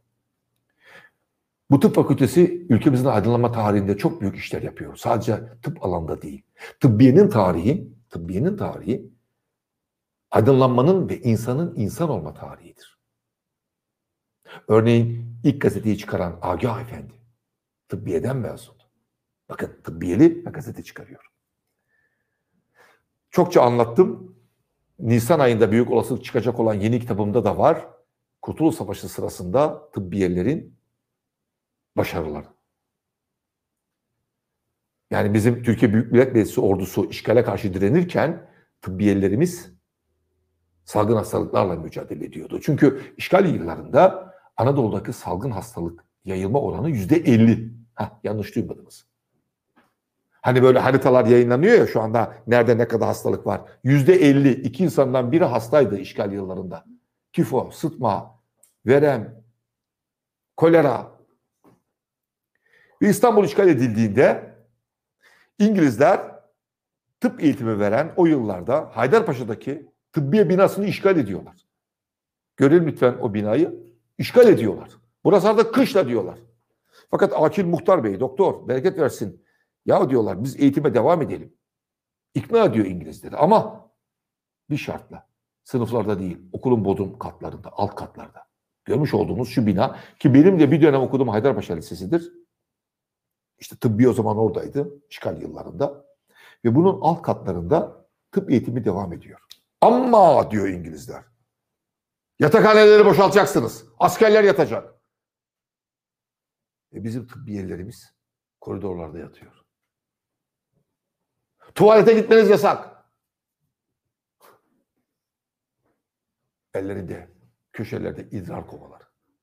Bu tıp fakültesi ülkemizin aydınlanma tarihinde çok büyük işler yapıyor. Sadece tıp alanında değil. Tıbbiyenin tarihi, tıbbiyenin tarihi aydınlanmanın ve insanın insan olma tarihidir. Örneğin ilk gazeteyi çıkaran Agah Efendi tıbbiyeden mezun. Bakın tıbbiyeli ve gazete çıkarıyor. Çokça anlattım. Nisan ayında büyük olasılık çıkacak olan yeni kitabımda da var. Kurtuluş Savaşı sırasında tıbbiyelerin başarıları. Yani bizim Türkiye Büyük Millet Meclisi ordusu işgale karşı direnirken tıbbiyelerimiz salgın hastalıklarla mücadele ediyordu. Çünkü işgal yıllarında Anadolu'daki salgın hastalık yayılma oranı yüzde elli. Heh, yanlış duymadınız. Hani böyle haritalar yayınlanıyor ya şu anda nerede ne kadar hastalık var. yüzde elli iki insandan biri hastaydı işgal yıllarında. Tifo, sıtma, verem, kolera. Ve İstanbul işgal edildiğinde İngilizler tıp eğitimi veren o yıllarda Haydarpaşa'daki tıbbiye binasını işgal ediyorlar. Görelim lütfen o binayı. İşgal ediyorlar. Burası da kışla diyorlar. Fakat Akil Muhtar Bey, doktor, bereket versin. Ya diyorlar biz eğitime devam edelim. İkna ediyor İngilizleri ama bir şartla. Sınıflarda değil, okulun bodrum katlarında, alt katlarda. Görmüş olduğumuz şu bina ki benim de bir dönem okuduğum Haydarpaşa Lisesi'dir. İşte tıbbi o zaman oradaydı, işgal yıllarında. Ve bunun alt katlarında tıp eğitimi devam ediyor. Ama diyor İngilizler, yatakhaneleri boşaltacaksınız. Askerler yatacak. E bizim tıbbiyelerimiz koridorlarda yatıyor. Tuvalete gitmeniz yasak. Ellerinde, köşelerde idrar kovaları.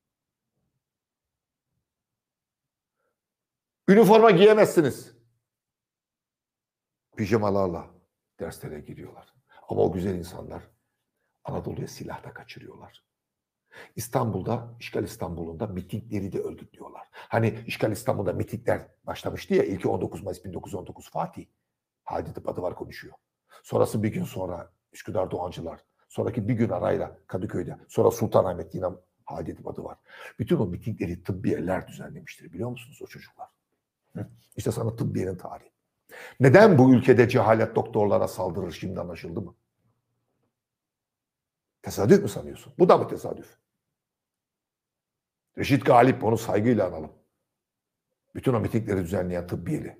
Üniforma giyemezsiniz. Pijamalarla derslere giriyorlar. Ama o güzel insanlar Anadolu'ya silah da kaçırıyorlar. İstanbul'da, işgal İstanbul'unda mitingleri de örgütlüyorlar. Hani işgal İstanbul'da mitingler başlamıştı ya, ilki on dokuz Mayıs bin dokuz yüz on dokuz Fatih. Hadi Tıp adı var konuşuyor. Sonrası bir gün sonra Üsküdar Doğancılar. Sonraki bir gün arayla Kadıköy'de. Sonra Sultanahmet yine Hadi Tıp adı var. Bütün o mitingleri tıbbiyeler düzenlemiştir biliyor musunuz o çocuklar? İşte sana tıbbiyenin tarihi. Neden bu ülkede cehalet doktorlara saldırır şimdi anlaşıldı mı? Tesadüf mü sanıyorsun? Bu da mı tesadüf? Reşit Galip, onu saygıyla analım. Bütün o mitingleri düzenleyen tıbbiyeli.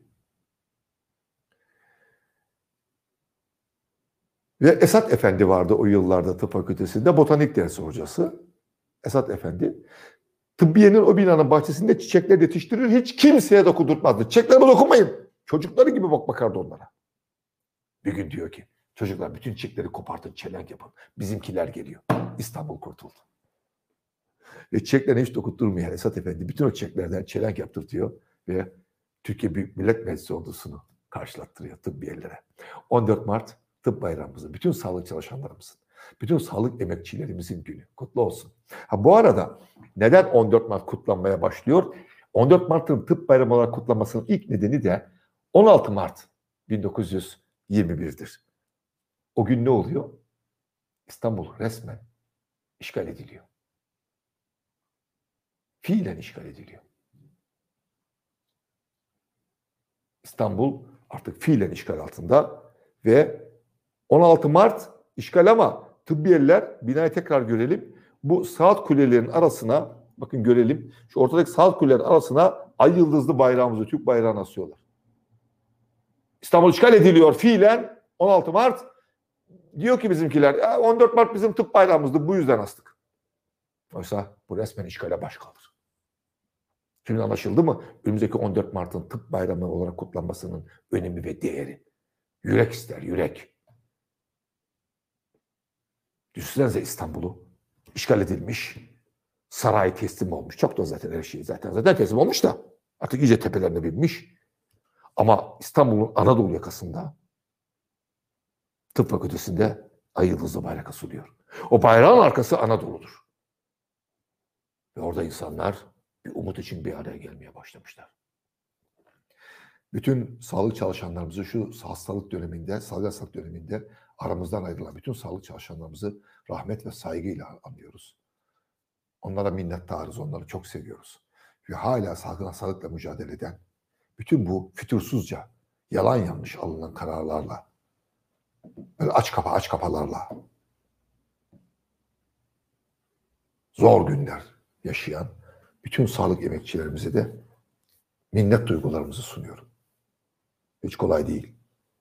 Ve Esat Efendi vardı o yıllarda tıp fakültesinde, botanik dersi hocası. Esat Efendi. Tıbbiyenin o binanın bahçesinde çiçekler yetiştirir, hiç kimseye dokundurtmazdı. Çiçeklerime dokunmayın. Çocukları gibi bak bakardı onlara. Bir gün diyor ki, çocuklar bütün çiçekleri kopartın, çelenk yapın. Bizimkiler geliyor. İstanbul kurtuldu. Ve çiçeklerine hiç dokundurmayan Esat Efendi bütün o çiçeklerden çelenk yaptırtıyor ve Türkiye Büyük Millet Meclisi ordusunu karşılattırıyor tıbbiyelere. on dört Mart Tıp Bayramımızın, bütün sağlık çalışanlarımızın, bütün sağlık emekçilerimizin günü. Kutlu olsun. Ha, bu arada neden on dört Mart kutlanmaya başlıyor? on dört Mart'ın Tıp Bayramı olarak kutlanmasının ilk nedeni de on altı Mart bin dokuz yüz yirmi bir'dir. O gün ne oluyor? İstanbul resmen işgal ediliyor. Fiilen işgal ediliyor. İstanbul artık fiilen işgal altında ve on altı Mart işgal ama tıbbiyeliler, binayı tekrar görelim. Bu saat kulelerinin arasına, bakın görelim, şu ortadaki saat kulelerin arasına ay yıldızlı bayrağımızı, Türk bayrağını asıyorlar. İstanbul işgal ediliyor fiilen on altı Mart. Diyor ki bizimkiler, on dört Mart bizim tıp bayrağımızdı, bu yüzden astık. Oysa bu resmen işgale baş kaldır. Şimdi anlaşıldı mı? Önümüzdeki on dört Mart'ın tıp bayramı olarak kutlanmasının önemi ve değeri. Yürek ister, yürek. Düşünsenize İstanbul'u işgal edilmiş, saray teslim olmuş. Çok da zaten her şey zaten zaten teslim olmuş da artık iyice tepelerine binmiş. Ama İstanbul'un Anadolu yakasında tıp fakültesinde ay yıldızlı bayrak asılıyor. O bayrağın arkası Anadolu'dur. Ve orada insanlar bir umut için bir araya gelmeye başlamışlar. Bütün sağlık çalışanlarımızı şu hastalık döneminde, salgın hastalık döneminde aramızdan ayrılan bütün sağlık çalışanlarımızı rahmet ve saygıyla anlıyoruz. Onlara minnettarız, onları çok seviyoruz. Ve hala salgın hastalıkla mücadele eden, bütün bu fütursuzca, yalan yanlış alınan kararlarla, böyle aç kapa aç kapalarla, zor günler yaşayan bütün sağlık emekçilerimize de minnet duygularımızı sunuyorum. Hiç kolay değil.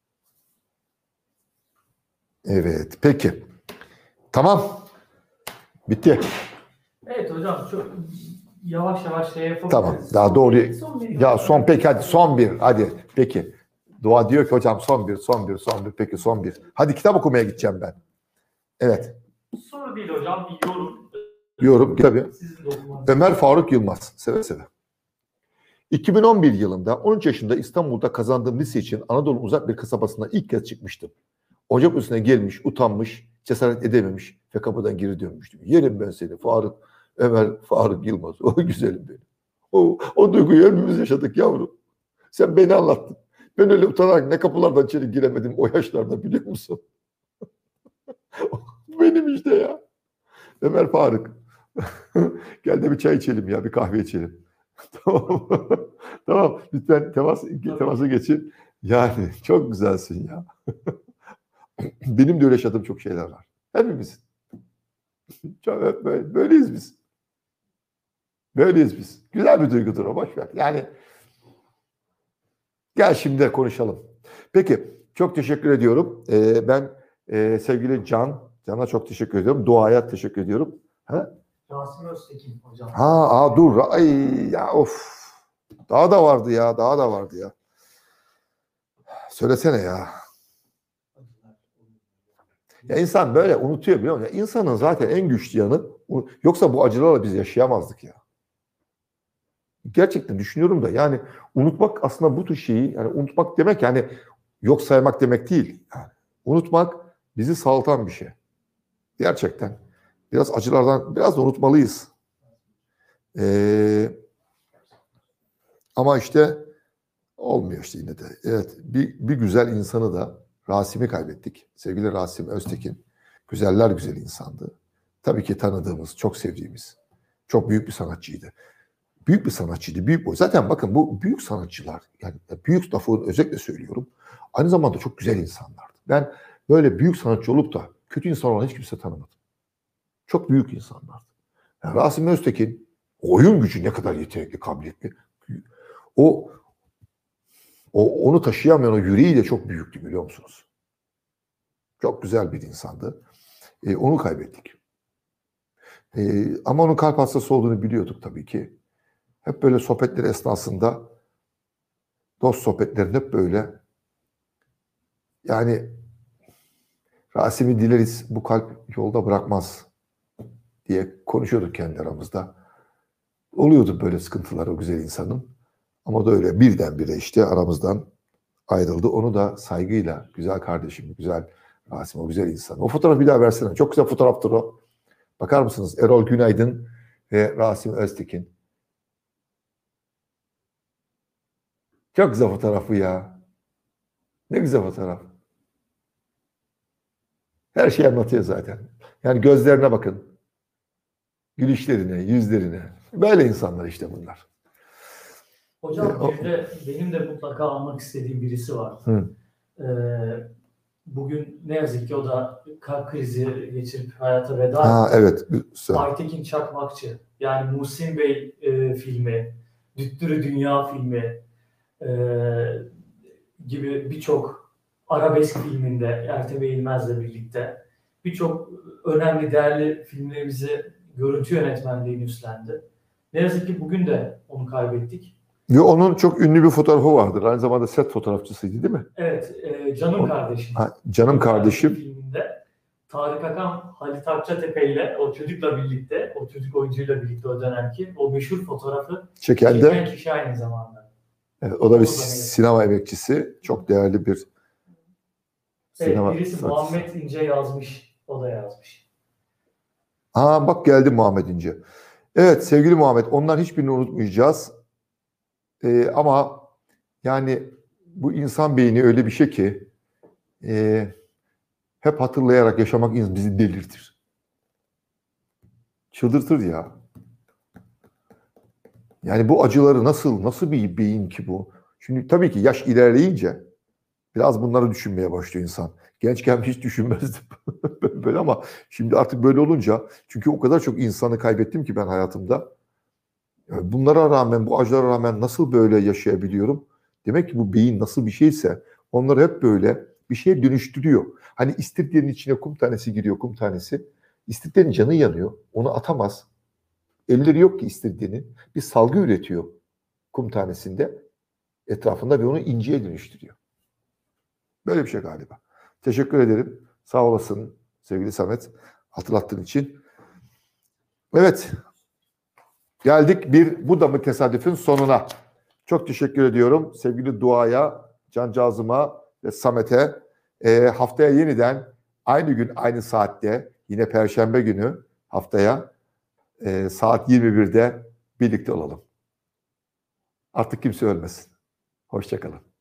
Evet, peki. Tamam. Bitti. Evet hocam, çok yavaş yavaş şey yapabiliriz. Tamam. Daha doğru. Son bir Ya son peki hadi son bir. Hadi peki. Dua diyor ki hocam son bir, son bir, son bir. Peki son bir. Hadi kitap okumaya gideceğim ben. Evet. Soru değil hocam, bir yorum. Yorum tabii. Sizin de okumanız. Ömer Faruk Yılmaz. Seve seve. iki bin on bir yılında on üç yaşında İstanbul'da kazandığım lise için Anadolu'nun uzak bir kasabasına ilk kez çıkmıştım. Ocak üstüne gelmiş, utanmış, cesaret edememiş ve kapıdan geri dönmüştüm. Yerim ben seni Faruk, Ömer Faruk Yılmaz. O güzelim benim. O, o duyguyu hepimiz yaşadık yavrum. Sen beni anlattın. Ben öyle utanarak ne kapılardan içeri giremedim o yaşlarda biliyor musun? Benim işte ya. Ömer Faruk. Gel de bir çay içelim ya, bir kahve içelim. Tamam. Tamam. Lütfen temas, temasa geçin. Yani çok güzelsin ya. Benim de öyle yaşadığım çok şeyler var. Hepimizin. Çok, böyle, böyleyiz biz. Böyleyiz biz. Güzel bir duygudur o. Boş ver. Yani gel şimdi de konuşalım. Peki. Çok teşekkür ediyorum. Ee, ben e, sevgili Can, Can'a çok teşekkür ediyorum. Duaya teşekkür ediyorum. Ha? Rasim Öztekin hocam. Ha, aa, dur. Ay ya of. Daha da vardı ya. Daha da vardı ya. Söylesene ya. Ya insan böyle unutuyor biliyor musun? Ya insanın zaten en güçlü yanı, yoksa bu acılarla biz yaşayamazdık ya. Gerçekten düşünüyorum da yani unutmak aslında bu tür şeyi, yani unutmak demek yani yok saymak demek değil. Yani unutmak bizi sağaltan bir şey. Gerçekten. Biraz acılardan biraz da unutmalıyız. Ee, ama işte olmuyor işte yine de. Evet, bir, bir güzel insanı da, Rasim'i kaybettik. Sevgili Rasim Öztekin. Güzeller güzel insandı. Tabii ki tanıdığımız, çok sevdiğimiz, çok büyük bir sanatçıydı. büyük bir sanatçıydı. Büyük boy. Zaten bakın bu büyük sanatçılar, yani büyük lafı özellikle söylüyorum. Aynı zamanda çok güzel insanlardı. Ben böyle büyük sanatçı olup da kötü insan olan hiç kimse tanımadım. Çok büyük insanlardı. Yani Rasim Öztekin oyun gücü ne kadar yetenekli, kabiliyetli. O, o onu taşıyamayan o yüreği de çok büyüktü, biliyor musunuz? Çok güzel bir insandı. E, onu kaybettik. E, ama onun kalp hastası olduğunu biliyorduk tabii ki. Hep böyle sohbetler esnasında, dost sohbetlerinde hep böyle, yani Rasim'i dileriz bu kalp yolda bırakmaz diye konuşuyorduk kendi aramızda. Oluyordu böyle sıkıntılar o güzel insanın. Ama da öyle birdenbire işte aramızdan ayrıldı. Onu da saygıyla, güzel kardeşim, güzel Rasim, o güzel insan. O fotoğrafı bir daha versene. Çok güzel fotoğraftır o. Bakar mısınız? Erol Günaydın ve Rasim Öztekin. Çok güzel fotoğrafı ya. Ne güzel fotoğraf. Her şeyi anlatıyor zaten. Yani gözlerine bakın. Gülüşlerine, yüzlerine. Böyle insanlar işte bunlar. Hocam E, o- bir de benim de mutlaka almak istediğim birisi var. Hı. Ee, bugün ne yazık ki o da kalp krizi geçirip hayata veda Ha etti. evet. Güzel. Aytekin Çakmakçı. Yani Muhsin Bey e, filmi, Düttürü Dünya filmi e, gibi birçok arabesk filminde Ertem Eğilmez'le birlikte birçok önemli, değerli filmlerimizi görüntü yönetmenliğini üstlendi. Ne yazık ki bugün de onu kaybettik. Ve onun çok ünlü bir fotoğrafı vardır. Aynı zamanda set fotoğrafçısıydı değil mi? Evet, e, Canım O- Kardeşim. Ha, Canım Kardeşim. Filminde Tarık Akan, Halit Akçatepe ile o çocukla birlikte, o çocuk oyuncuyla birlikte o dönemki o meşhur fotoğrafı Çeken çeken de kişi aynı zamanda. evet, o da bir O da sinema emekçisi. Çok değerli bir sinema Evet, birisi sanatçısı. Muhammed İnce yazmış, o da yazmış. Ha bak geldi Muhammed İnce. Evet sevgili Muhammed, onların hiçbirini unutmayacağız. Ee, ama yani bu insan beyni öyle bir şey ki e, hep hatırlayarak yaşamak bizi delirtir. Çıldırtır ya. Yani bu acıları nasıl, nasıl bir beyin ki bu? Şimdi tabii ki yaş ilerleyince biraz bunları düşünmeye başlıyor insan. Gençken hiç düşünmezdim böyle ama şimdi artık böyle olunca, çünkü o kadar çok insanı kaybettim ki ben hayatımda. Yani bunlara rağmen, bu acılara rağmen nasıl böyle yaşayabiliyorum? Demek ki bu beyin nasıl bir şeyse onları hep böyle bir şeye dönüştürüyor. Hani istiridyenin içine kum tanesi giriyor, kum tanesi. İstiridyenin canı yanıyor. Onu atamaz. Elleri yok ki istiridyenin. Bir salgı üretiyor kum tanesinde etrafında ve onu inceye dönüştürüyor. Böyle bir şey galiba. Teşekkür ederim. Sağ olasın sevgili Samet, hatırlattığın için. Evet. Geldik bir bu da mı tesadüfün sonuna. Çok teşekkür ediyorum sevgili Dua'ya, Cancağızıma ve Samet'e. Ee, haftaya yeniden aynı gün aynı saatte, yine Perşembe günü haftaya e, saat yirmi birde birlikte olalım. Artık kimse ölmesin. Hoşça kalın.